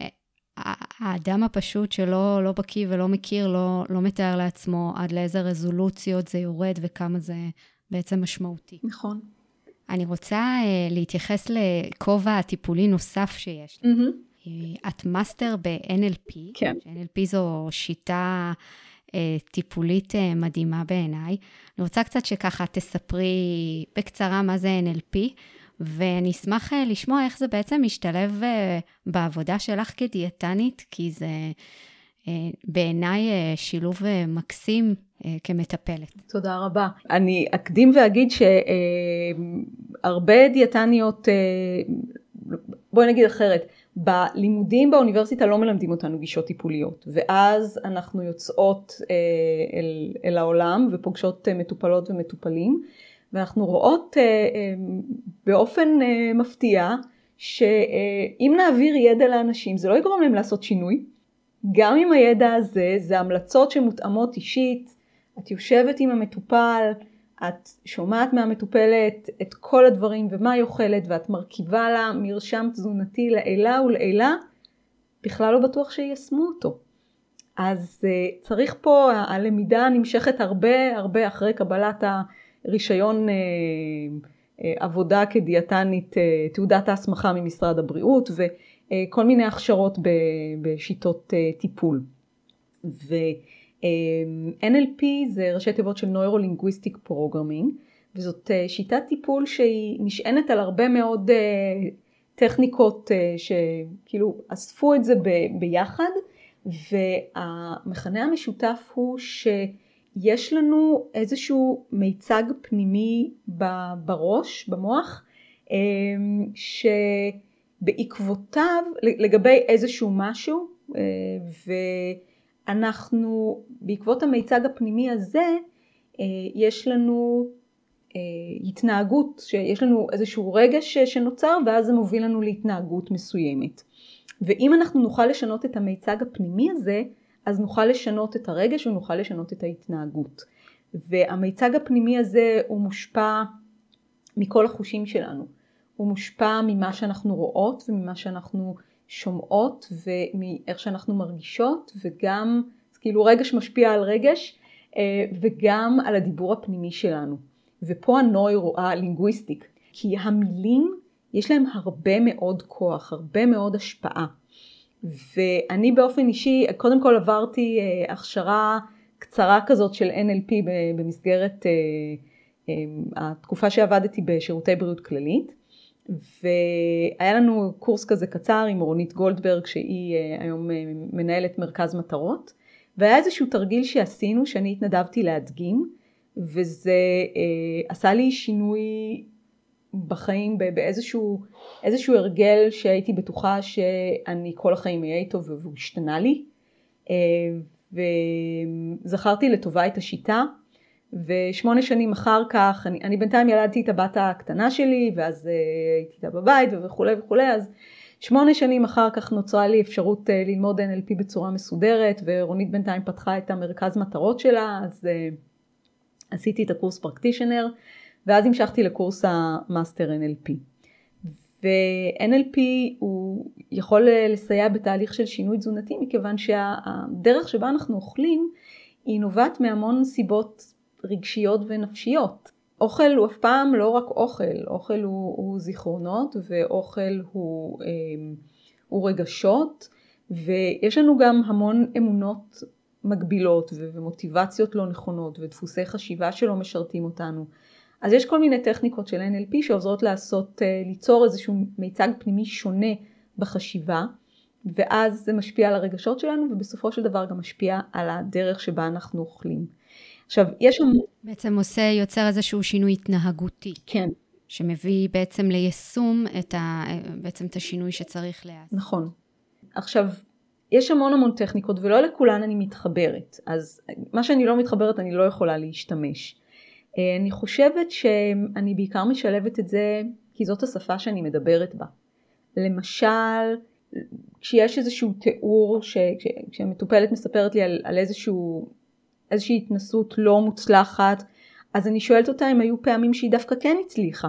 האדם הפשוט שלא לא בקיא ולא מכיר, לא, לא מתאר לעצמו עד לאיזה רזולוציות זה יורד וכמה זה בעצם משמעותי. נכון. אני רוצה להתייחס לכובע הטיפולי נוסף שיש. Mm-hmm. את מאסטר ב-אן אל פי, כן. אן אל פי זו שיטה אה, טיפולית אה, מדהימה בעיניי. אני רוצה קצת שככה תספרי בקצרה מה זה אן אל פי, ואני אשמח אה, לשמוע איך זה בעצם משתלב אה, בעבודה שלך כדיאטנית, כי זה אה, בעיניי אה, שילוב אה, מקסים אה, כמטפלת. תודה רבה. אני אקדים ואגיד שהרבה אה, דיאטניות, אה, בואי נגיד אחרת, בלימודים באוניברסיטה לא מלמדים אותנו גישות טיפוליות, ואז אנחנו יוצאות אל, אל העולם ופוגשות מטופלות ומטופלים, ואנחנו רואות באופן מפתיע שאם נעביר ידע לאנשים זה לא יגרום להם לעשות שינוי, גם עם הידע הזה, זה המלצות שמותאמות אישית, את יושבת עם המטופל, את שומעת מהמטופלת את כל הדברים ומה היא אוכלת, ואת מרכיבה לה מרשם תזונתי לעילה ולעילה, בכלל לא בטוח שיישמו אותו. אז uh, צריך פה, הלמידה נמשכת הרבה הרבה אחרי קבלת הרישיון uh, uh, עבודה כדיאטנית, uh, תעודת ההסמכה ממשרד הבריאות, וכל מיני הכשרות ב, בשיטות uh, טיפול. ו... אן אל פי זה ראשי תיבות של Neuro-Linguistic Programming, וזאת שיטת טיפול שהיא נשענת על הרבה מאוד טכניקות שכאילו אספו את זה ביחד, והמכנה המשותף הוא שיש לנו איזשהו מיצג פנימי בראש, במוח, שבעקבותיו לגבי איזשהו משהו, ו... אנחנו, בעקבות המיצג הפנימי הזה, יש לנו התנהגות, שיש לנו איזשהו רגש שנוצר, ואז זה מוביל לנו להתנהגות מסוימת. ואם אנחנו נוכל לשנות את המיצג הפנימי הזה, אז נוכל לשנות את הרגש ונוכל לשנות את ההתנהגות. והמיצג הפנימי הזה הוא מושפע מכל החושים שלנו. הוא מושפע ממה שאנחנו רואות וממה שאנחנו שומעות ומאיך שאנחנו מרגישות, וגם, כאילו רגש משפיע על רגש, וגם על הדיבור הפנימי שלנו. ופה הנוירו, הלינגוויסטיק, כי המילים יש להם הרבה מאוד כוח, הרבה מאוד השפעה. ואני באופן אישי, קודם כל עברתי הכשרה קצרה כזאת של אן אל פי במסגרת התקופה שעבדתי בשירותי בריאות כללית, והיה לנו קורס כזה קצר עם רונית גולדברג, שהיא היום מנהלת מרכז מטרות, והיה איזשהו תרגיל שעשינו שאני התנדבתי להדגים, וזה עשה לי שינוי בחיים באיזשהו איזשהו הרגל שהייתי בטוחה שאני כל החיים אהיה איתו והוא השתנה לי, וזכרתי לטובה את השיטה. ושמונה שנים אחר כך, אני, אני בינתיים ילדתי את הבת הקטנה שלי, ואז uh, הייתי איתה בבית וכו' וכו', אז שמונה שנים אחר כך נוצרה לי אפשרות ללמוד אן אל פי בצורה מסודרת, ורונית בינתיים פתחה את המרכז מטרות שלה, אז עשיתי את הקורס פרקטישנר, ואז המשכתי לקורס המאסטר אן אל פי. ו-אן אל פי הוא יכול לסייע בתהליך של שינוי תזונתי, מכיוון שהדרך שבה אנחנו אוכלים היא נובעת מהמון סיבות רגשיות ונפשיות. אוכל הוא אף פעם לא רק אוכל, אוכל הוא, הוא זיכרונות, ואוכל הוא, הוא רגשות, ויש לנו גם המון אמונות מגבילות ומוטיבציות לא נכונות, ודפוסי חשיבה שלא משרתים אותנו. אז יש כל מיני טכניקות של אן אל פי שעוזרות לעשות, ליצור איזשהו מיצג פנימי שונה בחשיבה, ואז זה משפיע על הרגשות שלנו, ובסופו של דבר גם משפיע על הדרך שבה אנחנו אוכלים. עכשיו, יש שם... בעצם עושה, יוצר איזשהו שינוי התנהגותי. כן. שמביא בעצם ליישום את ה... בעצם את השינוי שצריך לעשות. נכון. עכשיו, יש המון המון טכניקות, ולא לכולן אני מתחברת. אז מה שאני לא מתחברת, אני לא יכולה להשתמש. אני חושבת שאני בעיקר משלבת את זה, כי זאת השפה שאני מדברת בה. למשל, כשיש איזשהו תיאור, כשמטופלת מספרת לי על, על איזשהו, איזושהי התנסות לא מוצלחת, אז אני שואלת אותה אם היו פעמים שהיא דווקא כן הצליחה.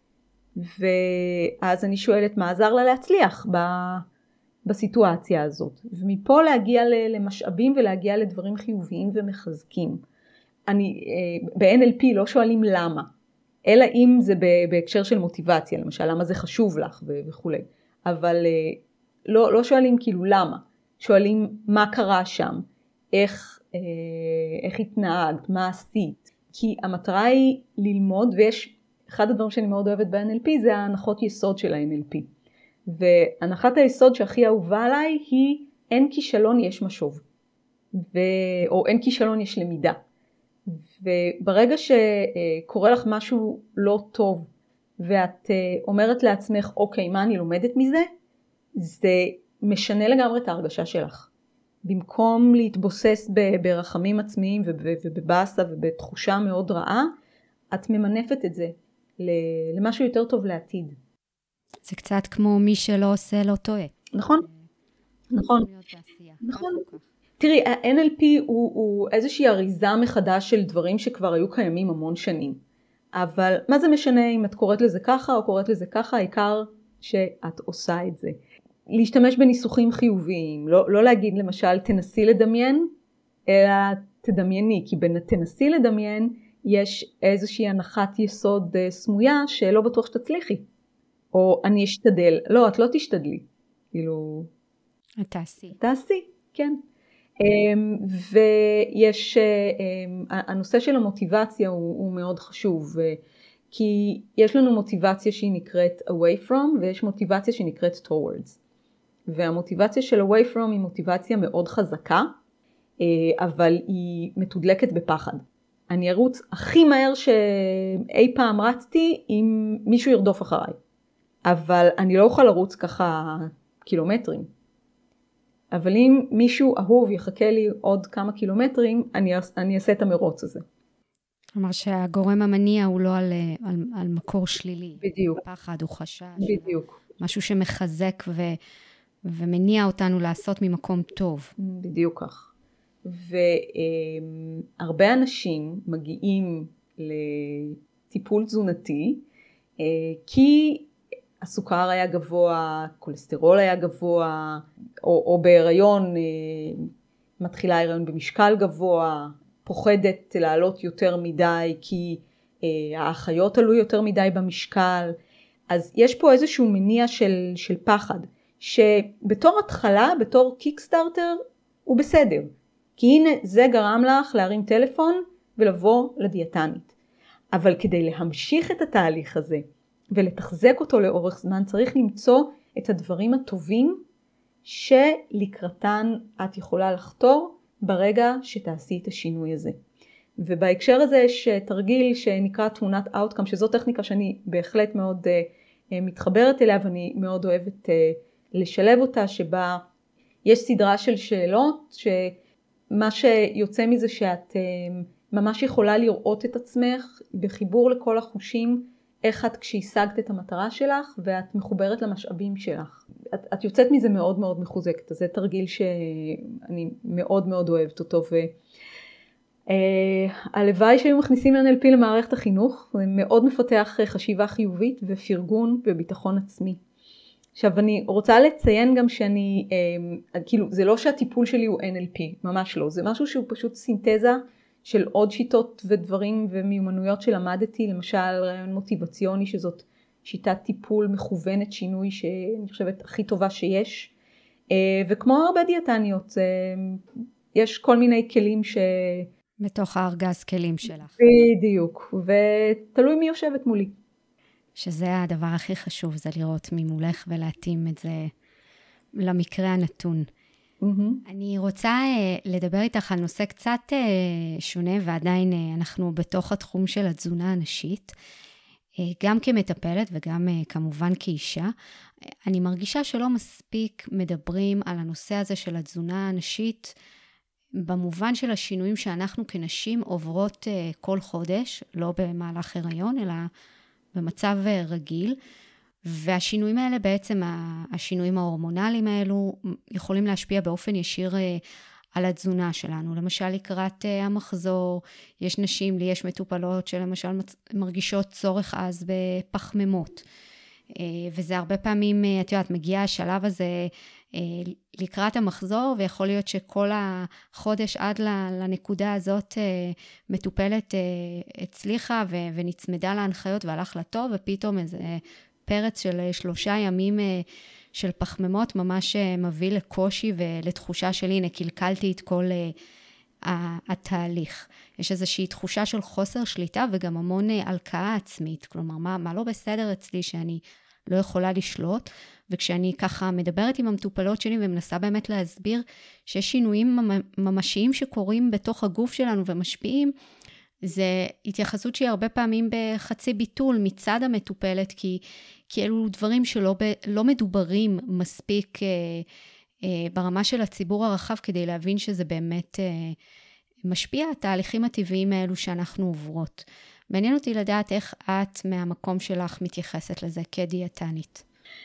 ואז אני שואלת מה עזר לה להצליח ב, בסיטואציה הזאת. ומפה להגיע למשאבים ולהגיע לדברים חיוביים ומחזקים. אני, ב-אן אל פי לא שואלים למה, אלא אם זה בהקשר של מוטיבציה, למשל למה זה חשוב לך וכו'. אבל לא, לא שואלים כאילו למה, שואלים מה קרה שם, איך, איך התנהגת, מה עשית. כי המטרה היא ללמוד, ויש אחד הדברים שאני מאוד אוהבת ב-אן אל פי זה ההנחות יסוד של ה-אן אל פי. והנחת היסוד שהכי אהובה עליי היא אין כישלון יש משוב, ו... או אין כישלון יש למידה. וברגע שקורה לך משהו לא טוב, ואת אומרת לעצמך, אוקיי, מה אני לומדת מזה? זה משנה לגמרי את ההרגשה שלך. במקום להתבוסס ברחמים עצמיים ובבאסה ובתחושה מאוד רעה, את ממנפת את זה למשהו יותר טוב לעתיד. זה קצת כמו מי שלא עושה לא טועה. נכון, נכון, נכון. תראי, ה-אן אל פי הוא, הוא איזושהי אריזה מחדש של דברים שכבר היו קיימים המון שנים. אבל מה זה משנה אם את קוראת לזה ככה או קוראת לזה ככה, העיקר שאת עושה את זה. להשתמש בניסוחים חיוביים, לא, לא להגיד למשל תנסי לדמיין, אלא תדמייני, כי בין תנסי לדמיין יש איזושהי הנחת יסוד סמויה שלא בטוח שתצליחי. או אני אשתדל, לא, את לא תשתדלי. כאילו... תעשי. תעשי, כן. ויש, הנושא של המוטיבציה הוא, הוא מאוד חשוב, כי יש לנו מוטיבציה שהיא נקראת away from, ויש מוטיבציה שהיא נקראת towards. והמוטיבציה של away from היא מוטיבציה מאוד חזקה, אבל היא מתודלקת בפחד. אני ארוץ הכי מהר שאי פעם רצתי אם מישהו ירדוף אחריי. אבל אני לא אוכל לרוץ ככה קילומטרים. אבל אם מישהו אהוב יחכה לי עוד כמה קילומטרים, אני, אני אעשה את המרוץ הזה. כלומר שהגורם המניע הוא לא על, על, על מקור שלילי. בדיוק. פחד או חשש. בדיוק. משהו שמחזק ו, ומניע אותנו לעשות ממקום טוב. בדיוק כך. והרבה אנשים מגיעים לטיפול תזונתי, כי הסוכר היה גבוה, קולסטרול היה גבוה, או, או בהיריון, מתחילה הריון במשקל גבוה, פוחדת לעלות יותר מדי, כי האחיות עלו יותר מדי במשקל. אז יש פה איזשהו מניע של, של פחד, שבתור התחלה, בתור קיקסטארטר, הוא בסדר. כי הנה זה גרם לך להרים טלפון ולבוא לדיאטנית. אבל כדי להמשיך את התהליך הזה ולתחזק אותו לאורך זמן, צריך למצוא את הדברים הטובים שלקראתן את יכולה לחתור ברגע שתעשי את השינוי הזה. ובהקשר הזה יש תרגיל שנקרא תמונת outcome, שזו טכניקה שאני בהחלט מאוד uh, מתחברת אליה ואני מאוד אוהבת uh, לשלב אותה, שבה יש סדרה של שאלות ש... מה שיוצא מזה שאת ממש יכולה לראות את עצמך בחיבור לכל החושים, איך את כשהשגת את המטרה שלך ואת מחוברת למשאבים שלך. את, את יוצאת מזה מאוד מאוד מחוזקת, אז זה תרגיל שאני מאוד מאוד אוהבת אותו, והלוואי שהיו מכניסים אן אל פי למערכת החינוך, זה מאוד מפתח חשיבה חיובית ופרגון וביטחון עצמי. עכשיו אני רוצה לציין גם שאני, כאילו זה לא שהטיפול שלי הוא אן אל פי, ממש לא, זה משהו שהוא פשוט סינתזה של עוד שיטות ודברים ומיומנויות שלמדתי, למשל רעיון מוטיבציוני שזאת שיטת טיפול מכוונת שינוי שאני חושבת הכי טובה שיש, וכמו הרבה דיאטניות, יש כל מיני כלים ש... בתוך הארגז כלים שלך. בדיוק, ותלוי מי יושבת מולי. שזה הדבר הכי חשוב, זה לראות ממולך ולהתאים את זה למקרה הנתון. Mm-hmm. אני רוצה uh, לדבר איתך על נושא קצת uh, שונה, ועדיין uh, אנחנו בתוך התחום של התזונה הנשית, uh, גם כמטפלת וגם uh, כמובן כאישה. Uh, אני מרגישה שלא מספיק מדברים על הנושא הזה של התזונה הנשית, במובן של השינויים שאנחנו כנשים עוברות uh, כל חודש, לא במהלך הריון, אלא במצב uh, רגיל, והשינויים האלה בעצם, השינויים ההורמונליים האלו, יכולים להשפיע באופן ישיר על התזונה שלנו. למשל לקראת המחזור, יש נשים, לי יש מטופלות שלמשל מרגישות צורך אז בפחמימות. וזה הרבה פעמים, את יודעת, מגיע השלב הזה לקראת המחזור, ויכול להיות שכל החודש עד לנקודה הזאת מטופלת הצליחה ונצמדה להנחיות והלך לטוב, ופתאום איזה פרץ של שלושה ימים של פחמימות ממש מביא לקושי ולתחושה של הנה, קלקלתי את כל התהליך. יש איזושהי תחושה של חוסר שליטה וגם המון הלקאה עצמית. כלומר, מה, מה לא בסדר אצלי שאני לא יכולה לשלוט? וכשאני ככה מדברת עם המטופלות שלי ומנסה באמת להסביר שיש שינויים ממשיים שקורים בתוך הגוף שלנו ומשפיעים, זה התייחסות שהיא הרבה פעמים בחצי ביטול מצד המטופלת, כי, כי אלו דברים שלא ב, לא מדוברים מספיק אה, אה, ברמה של הציבור הרחב, כדי להבין שזה באמת אה, משפיע התהליכים הטבעיים האלו שאנחנו עוברות. מעניין אותי לדעת איך את מהמקום שלך מתייחסת לזה כדיאטנית.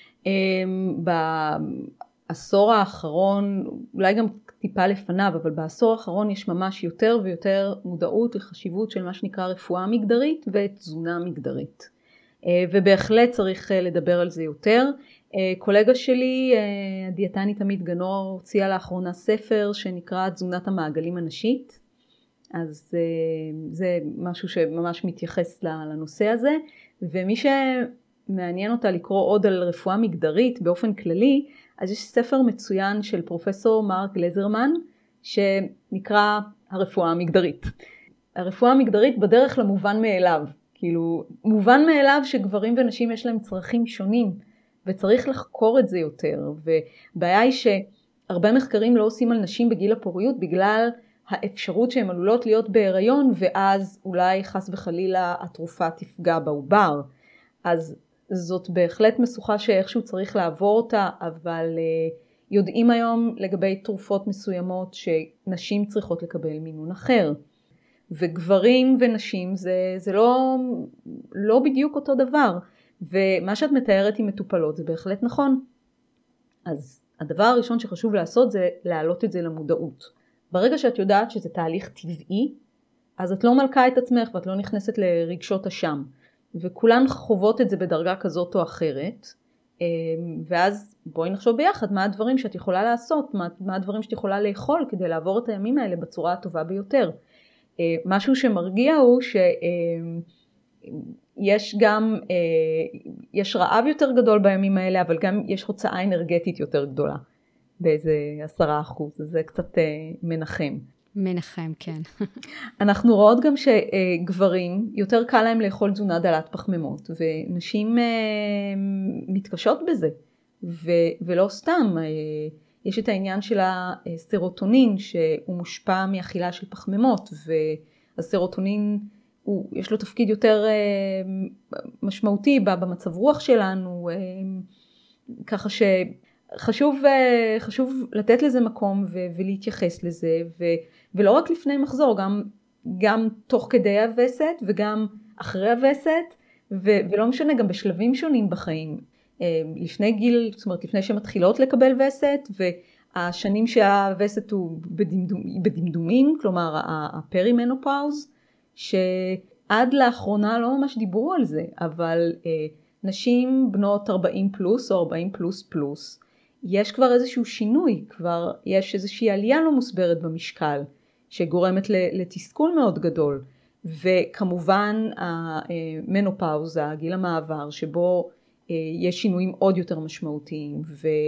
בעשור האחרון, אולי גם טיפה לפניו, אבל בעשור האחרון יש ממש יותר ויותר מודעות לחשיבות של מה שנקרא רפואה מגדרית ותזונה מגדרית. ובהחלט צריך לדבר על זה יותר. קולגה שלי, הדיאטנית עמית גנור, הוציאה לאחרונה ספר שנקרא תזונת המעגלים הנשית. אז זה משהו שממש מתייחס לנושא הזה. ומי שמעניין אותה לקרוא עוד על רפואה מגדרית באופן כללי, אז יש ספר מצוין של פרופסור מרק גלזרמן, שנקרא הרפואה המגדרית. הרפואה המגדרית בדרך למובן מאליו. כאילו, מובן מאליו שגברים ונשים יש להם צרכים שונים, וצריך לחקור את זה יותר. ובעיה היא שהרבה מחקרים לא עושים על נשים בגיל הפוריות, בגלל האפשרות שהן עלולות להיות בהיריון, ואז אולי חס וחלילה התרופה תפגע בעובר. אז זאת בהחלט משוכה שאיכשהו צריך לעבור אותה, אבל יודעים היום לגבי תרופות מסוימות שנשים צריכות לקבל מינון אחר. וגברים ונשים זה, זה לא, לא בדיוק אותו דבר. ומה שאת מתארת עם מטופלות זה בהחלט נכון. אז הדבר הראשון שחשוב לעשות זה להעלות את זה למודעות. ברגע שאת יודעת שזה תהליך טבעי, אז את לא מלכה את עצמך ואת לא נכנסת לרגשות אשם. וכולן חוות את זה בדרגה כזאת או אחרת. ואז בואי נחשוב ביחד מה הדברים שאת יכולה לעשות, מה, מה הדברים שאת יכולה לאכול כדי לעבור את הימים האלה בצורה הטובה ביותר. משהו שמרגיע הוא שיש גם, יש רעב יותר גדול בימים האלה, אבל גם יש הוצאה אנרגטית יותר גדולה, באיזה עשרה אחוז, אז זה קצת מנחם. מנחם, כן. אנחנו רואות גם שגברים, יותר קל להם לאכול תזונה דלת פחמימות, ונשים מתקשות בזה, ו- ולא סתם. יש את העניין של הסרוטונין שהוא מושפע מאכילה של פחמימות, והסרוטונין הוא, יש לו תפקיד יותר משמעותי במצב רוח שלנו, ככה שחשוב חשוב לתת לזה מקום ולהתייחס לזה, ולא רק לפני מחזור, גם, גם תוך כדי הווסת וגם אחרי הווסת, ולא משנה, גם בשלבים שונים בחיים. לפני גיל, זאת אומרת לפני שמתחילות לקבל וסת, והשנים שהווסת הוא בדמדומ, בדמדומים, כלומר הפרימנופאוז, שעד לאחרונה לא ממש דיברו על זה, אבל נשים בנות ארבעים פלוס או ארבעים פלוס פלוס, יש כבר איזשהו שינוי, כבר יש איזושהי עלייה לא מוסברת במשקל, שגורמת לתסכול מאוד גדול, וכמובן המנופאוזה, גיל המעבר, שבו יש שינויים עוד יותר משמעותיים,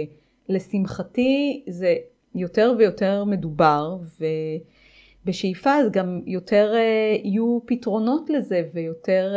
ולשמחתי זה יותר ויותר מדובר, ובשאיפה אז גם יותר יהיו פתרונות לזה, ויותר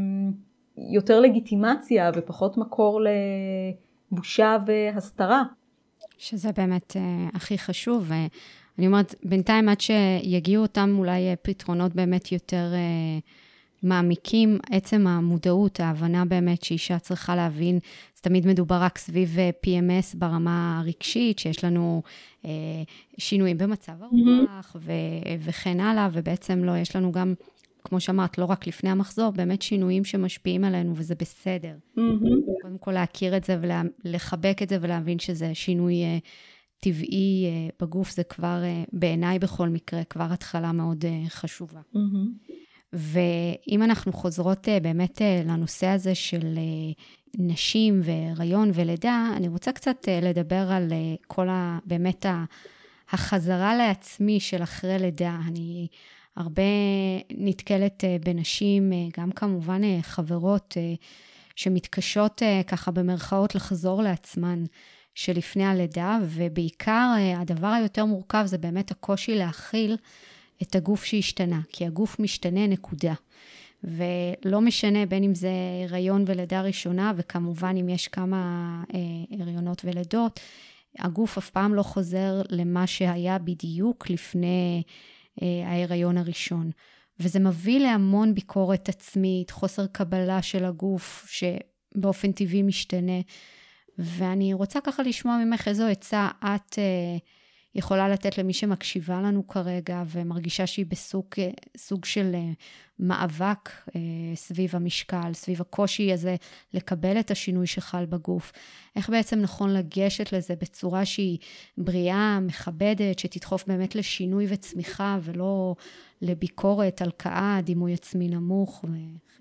יותר לגיטימציה, ופחות מקור לבושה והסתרה. שזה באמת הכי חשוב, ואני אומרת, בינתיים עד שיגיעו אותם אולי פתרונות באמת יותר מעמיקים, עצם המודעות, ההבנה באמת שאישה צריכה להבין, זה תמיד מדובר רק סביב פי אם אס ברמה הרגשית, שיש לנו אה, שינויים במצב הרוח mm-hmm. ו- וכן הלאה, ובעצם לא, יש לנו גם, כמו שאמרת, לא רק לפני המחזור, באמת שינויים שמשפיעים עלינו, וזה בסדר. Mm-hmm. קודם כל להכיר את זה ולחבק את זה, ולהבין שזה שינוי אה, טבעי אה, בגוף, זה כבר אה, בעיניי בכל מקרה, כבר התחלה מאוד אה, חשובה. Mm-hmm. ואם אנחנו חוזרות באמת לנושא הזה של נשים והיריון ולידה, אני רוצה קצת לדבר על כל ה, באמת החזרה לעצמי של אחרי לידה. אני הרבה נתקלת בנשים, גם כמובן חברות שמתקשות ככה במרכאות לחזור לעצמן שלפני הלידה, ובעיקר הדבר היותר מורכב זה באמת הקושי להכיל את הגוף שהשתנה, כי הגוף משתנה נקודה. ולא משנה בין אם זה הריון ולידה ראשונה, וכמובן אם יש כמה אה, הריונות ולידות, הגוף אף פעם לא חוזר למה שהיה בדיוק לפני אה, ההיריון הראשון. וזה מביא להמון ביקורת עצמית, חוסר קבלה של הגוף, שבאופן טבעי משתנה. ואני רוצה ככה לשמוע ממך איזו עצה את אה, יכולה לתת למי שמקשיבה לנו כרגע, ומרגישה שהיא בסוג סוג של מאבק סביב המשקל, סביב הקושי הזה, לקבל את השינוי שחל בגוף. איך בעצם נכון לגשת לזה בצורה שהיא בריאה, מכבדת, שתדחוף באמת לשינוי וצמיחה, ולא לביקורת, הלקאה, דימוי עצמי נמוך. ו...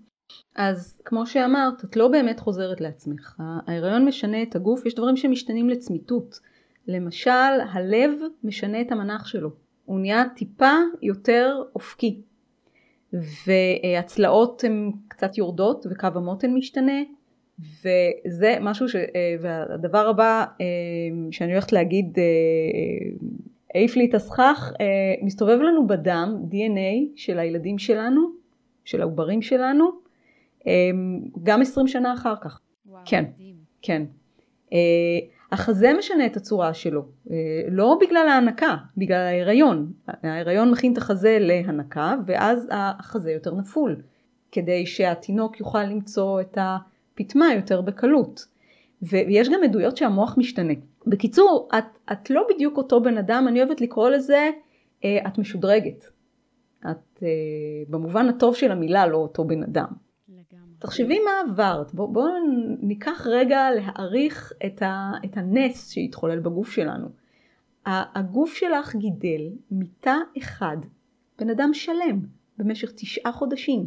אז כמו שאמרת, את לא באמת חוזרת לעצמך. ההיריון משנה את הגוף, יש דברים שמשתנים לצמיתות. למשל, הלב משנה את המנח שלו. הוא נהיה טיפה יותר אופקי. והצלעות הן קצת יורדות, וקו המותן משתנה. וזה משהו ש... והדבר הבא שאני הולכת להגיד, העיף לי את הסכך, מסתובב לנו בדם די אן איי של הילדים שלנו, של העוברים שלנו, גם עשרים שנה אחר כך. וואו, כן, מדהים. כן. החזה משנה את הצורה שלו, לא בגלל ההנקה, בגלל ההיריון. ההיריון מכין את החזה להנקה, ואז החזה יותר נפול, כדי שהתינוק יוכל למצוא את הפתמה יותר בקלות. ויש גם עדויות שהמוח משתנה. בקיצור, את, את לא בדיוק אותו בן אדם, אני אוהבת לקרוא לזה, את משודרגת. את במובן הטוב של המילה לא אותו בן אדם. תחשבי מה עברת, בואו בוא ניקח רגע להעריך את, ה, את הנס שהתחולל בגוף שלנו. הגוף שלך גידל מיטה אחד, בן אדם שלם, במשך תשעה חודשים.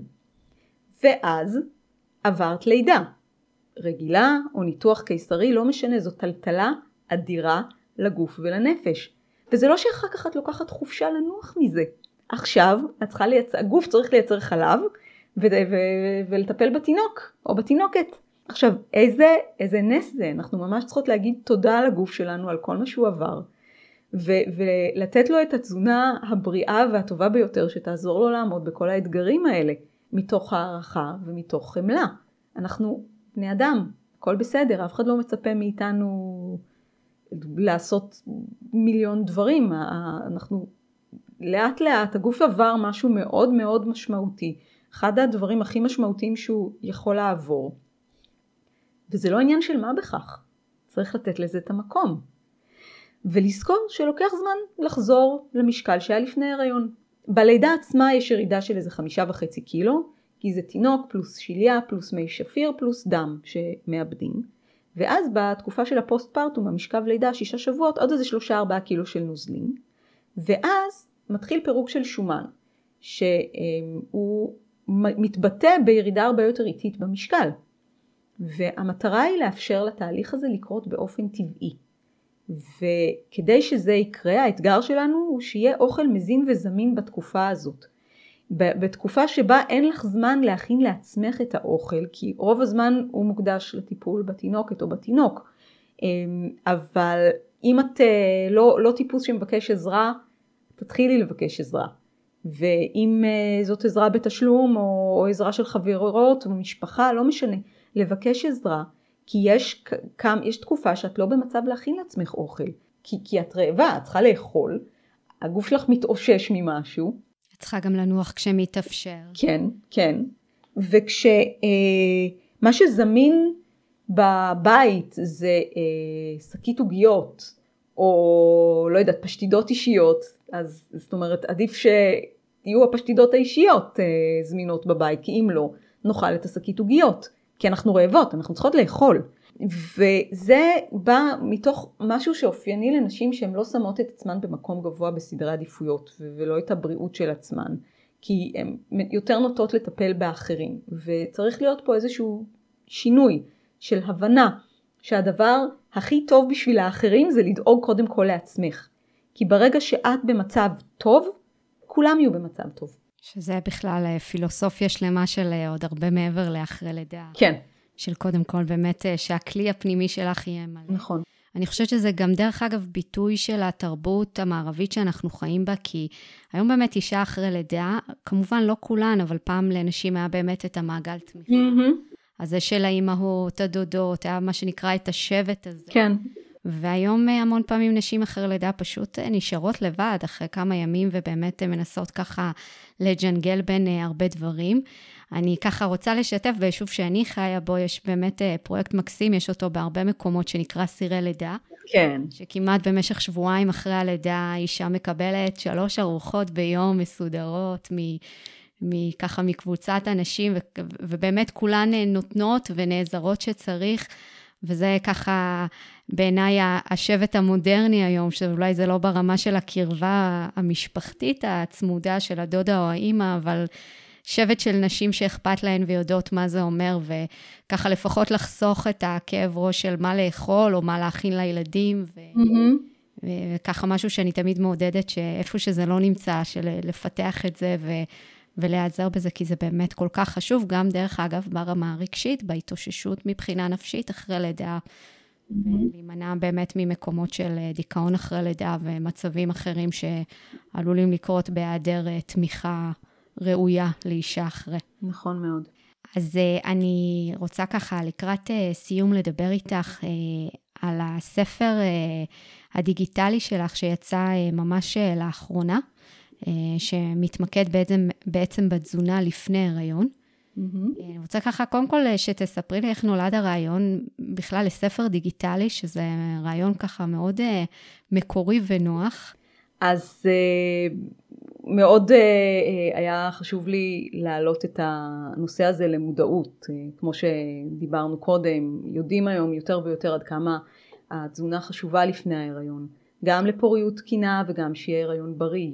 ואז עברת לידה. רגילה או ניתוח קיסרי, לא משנה, זו טלטלה אדירה לגוף ולנפש. וזה לא שאחר כך את לוקחת חופשה לנוח מזה. עכשיו את צריכה לייצר, הגוף צריך לייצר חלב, ו- ו- ולטפל בתינוק או בתינוקת. עכשיו, איזה, איזה נס זה? אנחנו ממש צריכות להגיד תודה לגוף שלנו על כל מה שהוא עבר, ו- ולתת לו את התזונה הבריאה והטובה ביותר שתעזור לו לעמוד בכל האתגרים האלה, מתוך הערכה ומתוך חמלה. אנחנו בני אדם, הכל בסדר, אף אחד לא מצפה מאיתנו לעשות מיליון דברים. אנחנו לאט לאט, הגוף עבר משהו מאוד מאוד משמעותי, אחד הדברים הכי משמעותיים שהוא יכול לעבור. וזה לא עניין של מה בכך. צריך לתת לזה את המקום. ולזכור שלוקח זמן לחזור למשקל שהיה לפני הריון. בלידה עצמה יש ירידה של איזה חמישה וחצי קילו, כי זה תינוק פלוס שיליה פלוס מי שפיר פלוס דם שמאבדים. ואז בתקופה של הפוסט פרטום, המשכב לידה, שישה שבועות, עוד איזה שלושה ארבעה קילו של נוזלים. ואז מתחיל פירוק של שומן, שהוא מתבטא בירידה הרבה יותר איטית במשקל. והמטרה היא לאפשר לתהליך הזה לקרות באופן טבעי. וכדי שזה יקרה, האתגר שלנו הוא שיהיה אוכל מזין וזמין בתקופה הזאת. בתקופה שבה אין לך זמן להכין לעצמך את האוכל, כי רוב הזמן הוא מוקדש לטיפול בתינוקת או בתינוק. אבל אם את לא, לא טיפוס שמבקש עזרה, תתחילי לבקש עזרה. ואם זאת עזרה בתשלום או, או עזרה של חברות או משפחה, לא משנה, לבקש עזרה. כי יש, יש תקופה שאת לא במצב להכין לעצמך אוכל. כי, כי את רעבה, את צריכה לאכול, הגוף שלך מתאושש ממשהו. את צריכה גם לנוח כשמתאפשר. כן, כן. וכשמה אה, שזמין בבית זה אה, שקית עוגיות, או לא יודעת, פשטידות אישיות, אז זאת אומרת, עדיף שיהיו הפשטידות האישיות אה, זמינות בבית, כי אם לא, נאכל את השקית עוגיות. כי אנחנו רעבות, אנחנו צריכות לאכול. וזה בא מתוך משהו שאופייני לנשים שהן לא שמות את עצמן במקום גבוה בסדרי עדיפויות, ולא את הבריאות של עצמן, כי הן יותר נוטות לטפל באחרים. וצריך להיות פה איזשהו שינוי של הבנה, שהדבר הכי טוב בשביל האחרים זה לדאוג קודם כל לעצמך. כי ברגע שאת במצב טוב, כולם יהיו במצב טוב. שזה בכלל פילוסופיה שלמה של עוד הרבה מעבר לאחרי לידה. כן. של קודם כל באמת שהכלי הפנימי שלך יהיה מלא. נכון. אני חושבת שזה גם דרך אגב ביטוי של התרבות המערבית שאנחנו חיים בה, כי היום באמת אישה אחרי לידה, כמובן לא כולן, אבל פעם לנשים היה באמת את המעגל תמיכה. Mm-hmm. אז זה של האימהות, הדודות, היה מה שנקרא את השבט הזה. כן. והיום המון פעמים נשים אחרי לידה פשוט נשארות לבד אחרי כמה ימים, ובאמת מנסות ככה לג'נגל בין הרבה דברים. אני ככה רוצה לשתף ביישוב שאני חיה בו, יש באמת פרויקט מקסים, יש אותו בהרבה מקומות שנקרא סירי לידה. כן. שכמעט במשך שבועיים אחרי הלידה, אישה מקבלת שלוש ארוחות ביום מסודרות, מככה מקבוצת אנשים, ובאמת כולן נותנות ונעזרות שצריך, וזה ככה בעיניי השבט המודרני היום, שאולי זה לא ברמה של הקרבה המשפחתית הצמודה של הדודה או האמא, אבל שבט של נשים שאכפת להן ויודעות מה זה אומר, וככה לפחות לחסוך את הכאב ראש של מה לאכול או מה להכין לילדים, ו... mm-hmm. וככה משהו שאני תמיד מעודדת, שאיפה שזה לא נמצא, של לפתח את זה ו... ולהיעזר בזה, כי זה באמת כל כך חשוב, גם דרך אגב ברמה הרגשית, בהתאוששות מבחינה נפשית אחרי לידה, mm-hmm. ולהימנע באמת ממקומות של דיכאון אחרי לידה, ומצבים אחרים שעלולים לקרות בהיעדר תמיכה ראויה לאישה אחרי. נכון מאוד. אז אני רוצה ככה לקראת סיום לדבר איתך על הספר הדיגיטלי שלך, שיצא ממש לאחרונה, שמתמקד בעצם, בעצם בתזונה לפני הריון. Mm-hmm. אני רוצה ככה, קודם כל שתספרי לי איך נולד הרעיון בכלל לספר דיגיטלי, שזה רעיון ככה מאוד מקורי ונוח. אז מאוד היה חשוב לי להעלות את הנושא הזה למודעות. כמו שדיברנו קודם, יודעים היום יותר ויותר עד כמה התזונה חשובה לפני ההיריון. גם לפוריות תקינה וגם שיהיה הריון בריא.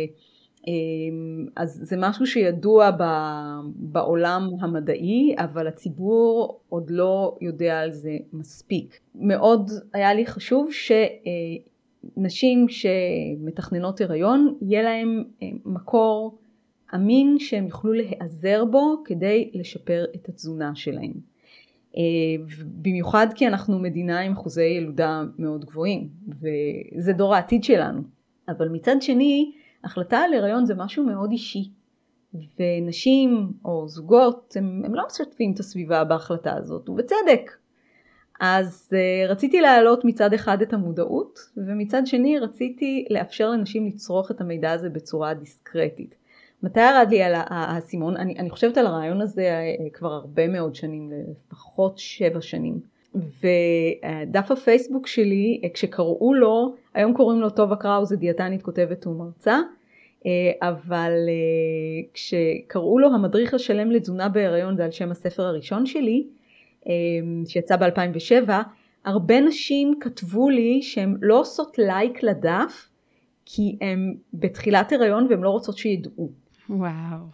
אז זה משהו שידוע בעולם המדעי, אבל הציבור עוד לא יודע על זה מספיק. מאוד היה לי חשוב שנשים שמתכננות הריון, יהיה להם מקור אמין שהם יוכלו להיעזר בו כדי לשפר את התזונה שלהם. במיוחד כי אנחנו מדינה עם אחוזי ילודה מאוד גבוהים, וזה דור העתיד שלנו. אבל מצד שני, החלטה על הריון זה משהו מאוד אישי, ונשים או זוגות הם, הם לא משתפים את הסביבה בהחלטה הזאת, ובצדק. אז uh, רציתי להעלות מצד אחד את המודעות, ומצד שני רציתי לאפשר לנשים לצרוך את המידע הזה בצורה דיסקרטית. מתי ירד לי על הסימון? אני, אני חושבת על הרעיון הזה כבר הרבה מאוד שנים, לפחות שבע שנים. ודף הפייסבוק שלי, כשקראו לו, היום קוראים לו טובה קראו, זה דיאטנית כותבת ומרצה, אבל כשקראו לו המדריך השלם לתזונה בהיריון, זה על שם הספר הראשון שלי, שיצא ב-אלפיים ושבע, הרבה נשים כתבו לי שהן לא עושות לייק לדף, כי הן בתחילת הריון והן לא רוצות שידעו. וואו.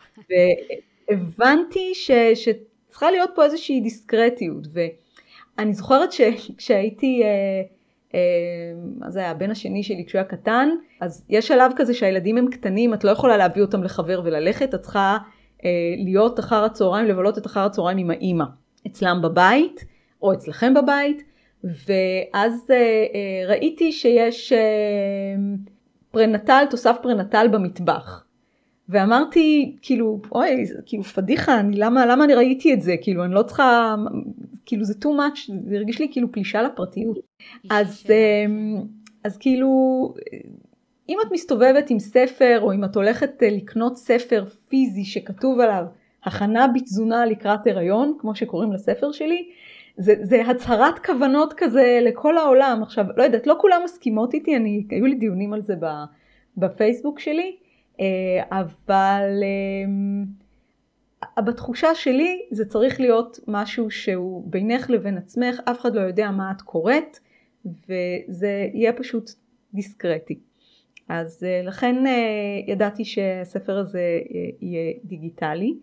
והבנתי ש, שצריכה להיות פה איזושהי דיסקרטיות, ואני זוכרת שכשהייתי, מה זה היה, הבן השני שלי כשהוא היה קטן, אז יש שלב כזה שהילדים הם קטנים, את לא יכולה להביא אותם לחבר וללכת, את צריכה להיות אחר הצהריים, לבלות את אחר הצהריים עם האמא, אצלם בבית, או אצלכם בבית, ואז ראיתי שיש פרנטל, תוסף פרנטל במטבח. ואמרתי, כאילו, אוי, כאילו פדיחה, אני, למה, למה אני ראיתי את זה? כאילו, אני לא צריכה, כאילו, זה too much, זה הרגיש לי כאילו פלישה לפרטיות. אז, אז כאילו, אם את מסתובבת עם ספר, או אם את הולכת לקנות ספר פיזי שכתוב עליו, הכנה בתזונה לקראת הריון, כמו שקוראים לספר שלי, זה, זה הצהרת כוונות כזה לכל העולם. עכשיו, לא יודעת, לא כולם מסכימות איתי, אני, היו לי דיונים על זה בפייסבוק שלי, אבל בתחושה שלי זה צריך להיות משהו שהוא בינך לבין עצמך, אף אחד לא יודע מה את קוראת, וזה יהיה פשוט דיסקרטי. אז לכן ידעתי שהספר הזה יהיה דיגיטלי,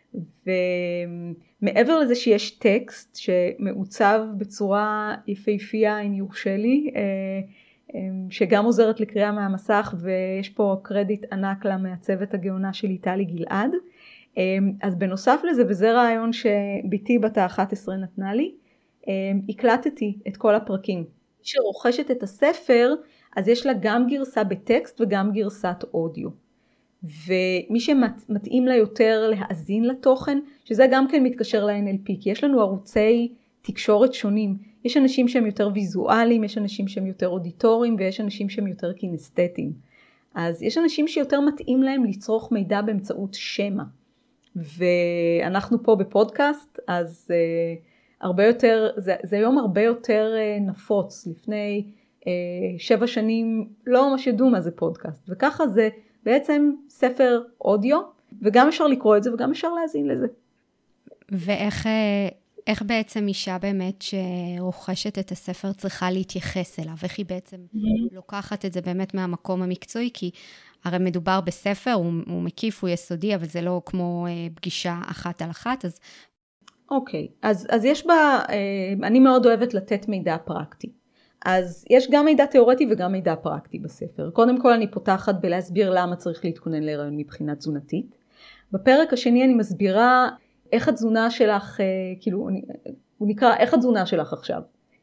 ומעבר לזה שיש טקסט שמעוצב בצורה יפהפייה, אם יורשה לי, שגם עוזרת לקריאה מהמסך, ויש פה קרדיט ענק למעצבת הגאונה שלי, טלי גלעד. אז בנוסף לזה, וזה רעיון שביתי בת ה-אחת עשרה נתנה לי, הקלטתי את כל הפרקים. שרוכשת את הספר, אז יש לה גם גרסה בטקסט וגם גרסת אודיו. ומי שמתאים לה יותר להאזין לתוכן, שזה גם כן מתקשר ל-אן אל פי, כי יש לנו ערוצי תקשורת שונים. יש אנשים שהם יותר ויזואליים, יש אנשים שהם יותר אודיטוריים, ויש אנשים שהם יותר קינסתטיים. אז יש אנשים שיותר מתאים להם לצרוך מידע באמצעות שמע. ואנחנו פה בפודקאסט, אז uh, הרבה יותר, זה, זה היום הרבה יותר uh, נפוץ. לפני uh, שבע שנים לא ממש ידעו מה זה פודקאסט. וככה זה בעצם ספר אודיו, וגם אפשר לקרוא את זה, וגם אפשר להאזין לזה. ואיך... איך בעצם אישה באמת שרוכשת את הספר צריכה להתייחס אליו? איך היא בעצם לוקחת את זה באמת מהמקום המקצועי? כי הרי מדובר בספר, הוא, הוא מקיף, הוא יסודי, אבל זה לא כמו אה, פגישה אחת על אחת. אז... אוקיי, אז, אז יש בה, אה, אני מאוד אוהבת לתת מידע פרקטי. אז יש גם מידע תיאורטי וגם מידע פרקטי בספר. קודם כל אני פותחת בלהסביר למה צריך להתכונן להיריון מבחינה תזונתית. בפרק השני אני מסבירה איך התזונה שלך, כאילו, הוא נקרא איך התזונה שלך עכשיו.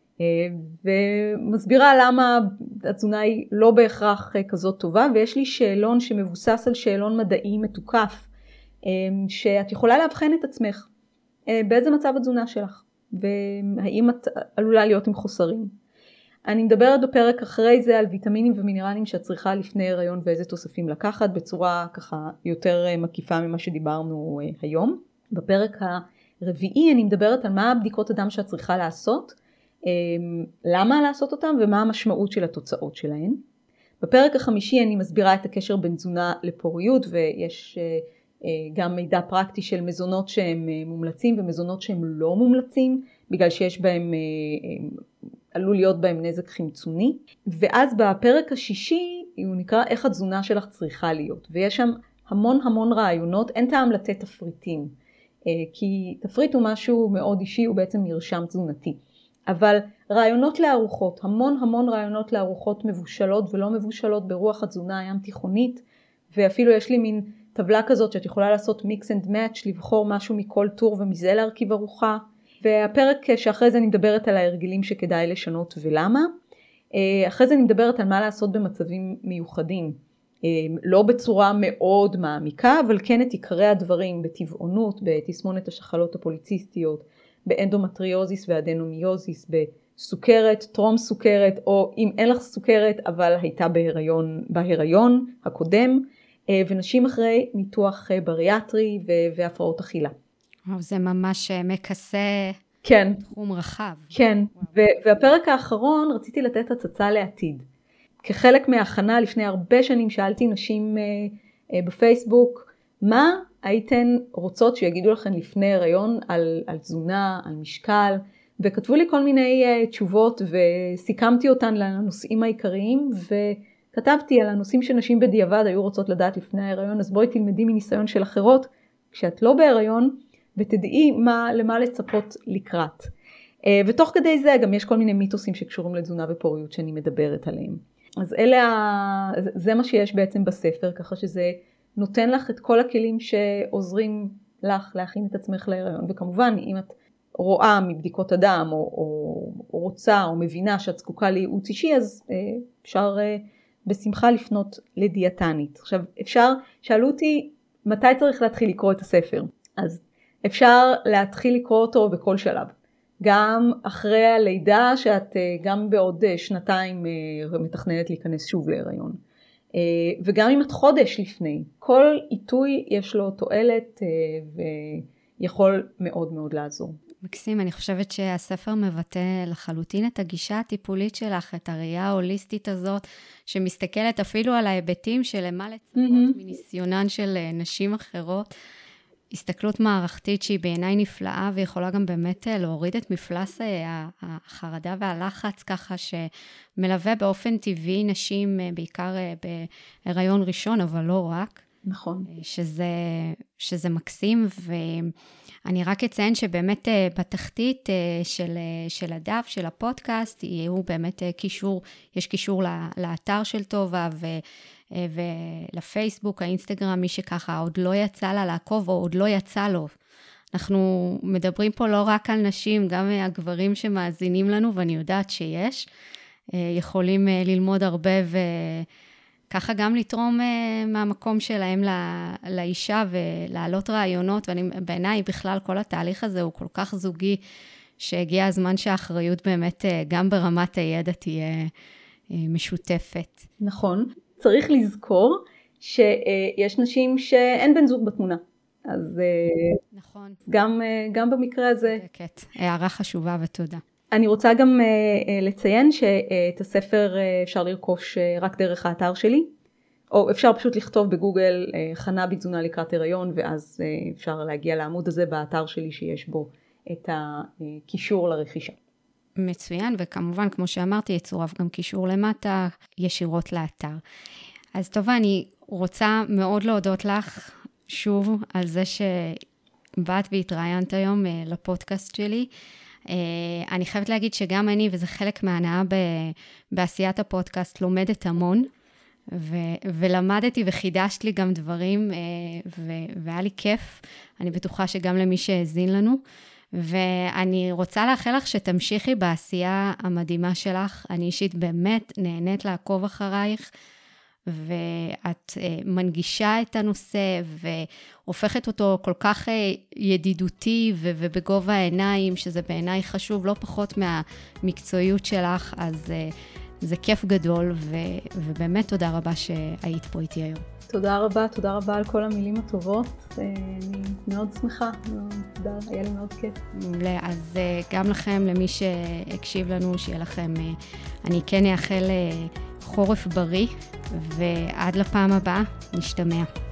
ומסבירה למה התזונה היא לא בהכרח כזאת טובה, ויש לי שאלון שמבוסס על שאלון מדעי מתוקף, שאת יכולה להבחן את עצמך באיזה מצב התזונה שלך, והאם את עלולה להיות עם חוסרים. אני מדברת בפרק אחרי זה על ויטמינים ומינרלים שאת צריכה לפני הריון ואיזה תוספים לקחת, בצורה ככה יותר מקיפה ממה שדיברנו היום. בפרק הרביעי אני מדברת על מה הבדיקות הדם שאת צריכה לעשות, למה לעשות אותם ומה המשמעות של התוצאות שלהן. בפרק החמישי אני מסבירה את הקשר בין תזונה לפוריות, ויש גם מידע פרקטי של מזונות שהם מומלצים ומזונות שהם לא מומלצים, בגלל שיש בהם, עלול להיות בהם נזק חמצוני. ואז בפרק השישי הוא נקרא איך התזונה שלך צריכה להיות, ויש שם המון המון רעיונות, אין טעם לתת תפריטים. כי תפריט הוא משהו מאוד אישי, הוא בעצם מרשם תזונתי. אבל רעיונות לארוחות, המון המון רעיונות לארוחות מבושלות ולא מבושלות ברוח התזונה הים תיכונית, ואפילו יש לי מין טבלה כזאת שאת יכולה לעשות mix and match, לבחור משהו מכל טור ומזה להרכיב ארוחה. והפרק שאחרי זה אני מדברת על ההרגלים שכדאי לשנות ולמה. אחרי זה אני מדברת על מה לעשות במצבים מיוחדים. לא בצורה מאוד מעמיקה, אבל כן את עיקרי הדברים בטבעונות, בתסמונת השחלות הפוליציסטיות, באנדומטריוזיס ואדנומיוזיס, בסוכרת, טרום סוכרת, או אם אין לך סוכרת, אבל הייתה בהיריון, בהיריון הקודם, ונשים אחרי ניתוח בריאטרי והפרעות אכילה. זה ממש מכסה כן. תחום רחב. כן, והפרק האחרון רציתי לתת הצצה לעתיד. כחלק מההכנה לפני הרבה שנים שאלתי נשים בפייסבוק, מה הייתן רוצות שיגידו לכם לפני הריון על, על תזונה, על משקל, וכתבו לי כל מיני uh, תשובות וסיכמתי אותן לנושאים העיקריים, וכתבתי על הנושאים שנשים בדיעבד היו רוצות לדעת לפני ההיריון, אז בואי תלמדי מניסיון של אחרות, כשאת לא בהיריון, ותדעי מה, למה לצפות לקראת. Uh, ותוך כדי זה גם יש כל מיני מיתוסים שקשורים לתזונה ופוריות שאני מדברת עליהם. אז אלה, ה... זה מה שיש בעצם בספר, ככה שזה נותן לך את כל הכלים שעוזרים לך להכין את עצמך להיריון, וכמובן אם את רואה מבדיקות הדם או, או, או רוצה או מבינה שאת זקוקה לייעוץ אישי, אז אה, אפשר אה, בשמחה לפנות לדיאטנית. עכשיו אפשר, שאלו אותי מתי צריך להתחיל לקרוא את הספר, אז אפשר להתחיל לקרוא אותו בכל שלב. גם אחרי הלידה שאת גם בעוד שנתיים מתכננת להיכנס שוב להיריון. וגם אם את חודש לפני, כל עיתוי יש לו תועלת ויכול מאוד מאוד לעזור. מקסים, אני חושבת שהספר מבטא לחלוטין את הגישה הטיפולית שלך, את הראייה ההוליסטית הזאת, שמסתכלת אפילו על ההיבטים שלמה לצפות mm-hmm. מניסיונן של נשים אחרות. הסתכלות מערכתית שהיא בעיניי נפלאה, ויכולה גם באמת להוריד את מפלס החרדה והלחץ, ככה שמלווה באופן טבעי נשים, בעיקר בהיריון ראשון, אבל לא רק. נכון. שזה, שזה מקסים, ואני רק אציין שבאמת בתחתית של, של הדף, של הפודקאסט, הוא באמת קישור, יש קישור לאתר של טובה, ו... ולפייסבוק, האינסטגרם, מי שככה עוד לא יצא לה לעקוב, או עוד לא יצא לו. אנחנו מדברים פה לא רק על נשים, גם הגברים שמאזינים לנו, ואני יודעת שיש, יכולים ללמוד הרבה, וככה גם לתרום מהמקום שלהם לאישה, ולהעלות רעיונות, ובעיניי בכלל כל התהליך הזה הוא כל כך זוגי, שהגיע הזמן שהאחריות באמת גם ברמת הידע תהיה משותפת. נכון. צריך לזכור שיש נשים שאין בן זוג בתמונה. אז נכון. גם, גם במקרה הזה. כן, הערה חשובה ותודה. אני רוצה גם לציין שאת הספר אפשר לרכוש רק דרך האתר שלי, או אפשר פשוט לכתוב בגוגל חנה בתזונה לקראת הריון, ואז אפשר להגיע לעמוד הזה באתר שלי שיש בו את הקישור לרכישה. מצוין, וכמובן, כמו שאמרתי, יצורף גם קישור למטה, ישירות לאתר. אז טובה, אני רוצה מאוד להודות לך שוב על זה שבאת והתראיינת היום לפודקאסט שלי. אני חייבת להגיד שגם אני, וזה חלק מההנאה בעשיית הפודקאסט, לומדת המון, ו- ולמדתי וחידשת לי גם דברים, ו- והיה לי כיף. אני בטוחה שגם למי שהאזין לנו. ואני רוצה לאחל לך שתמשיכי בעשייה המדהימה שלך. אני אישית באמת נהנית לעקוב אחרייך, ואת מנגישה את הנושא והופכת אותו כל כך ידידותי ובגובה העיניים, שזה בעיניי חשוב לא פחות מהמקצועיות שלך, אז זה כיף גדול, ובאמת תודה רבה שהיית פה איתי היום. תודה רבה, תודה רבה על כל המילים הטובות, אני מאוד שמחה, תודה, היה לי מאוד כיף. מעולה, אז גם לכם, למי שהקשיב לנו, שיהיה לכם, אני כן אאחל חורף בריא, ועד לפעם הבאה, נשתמע.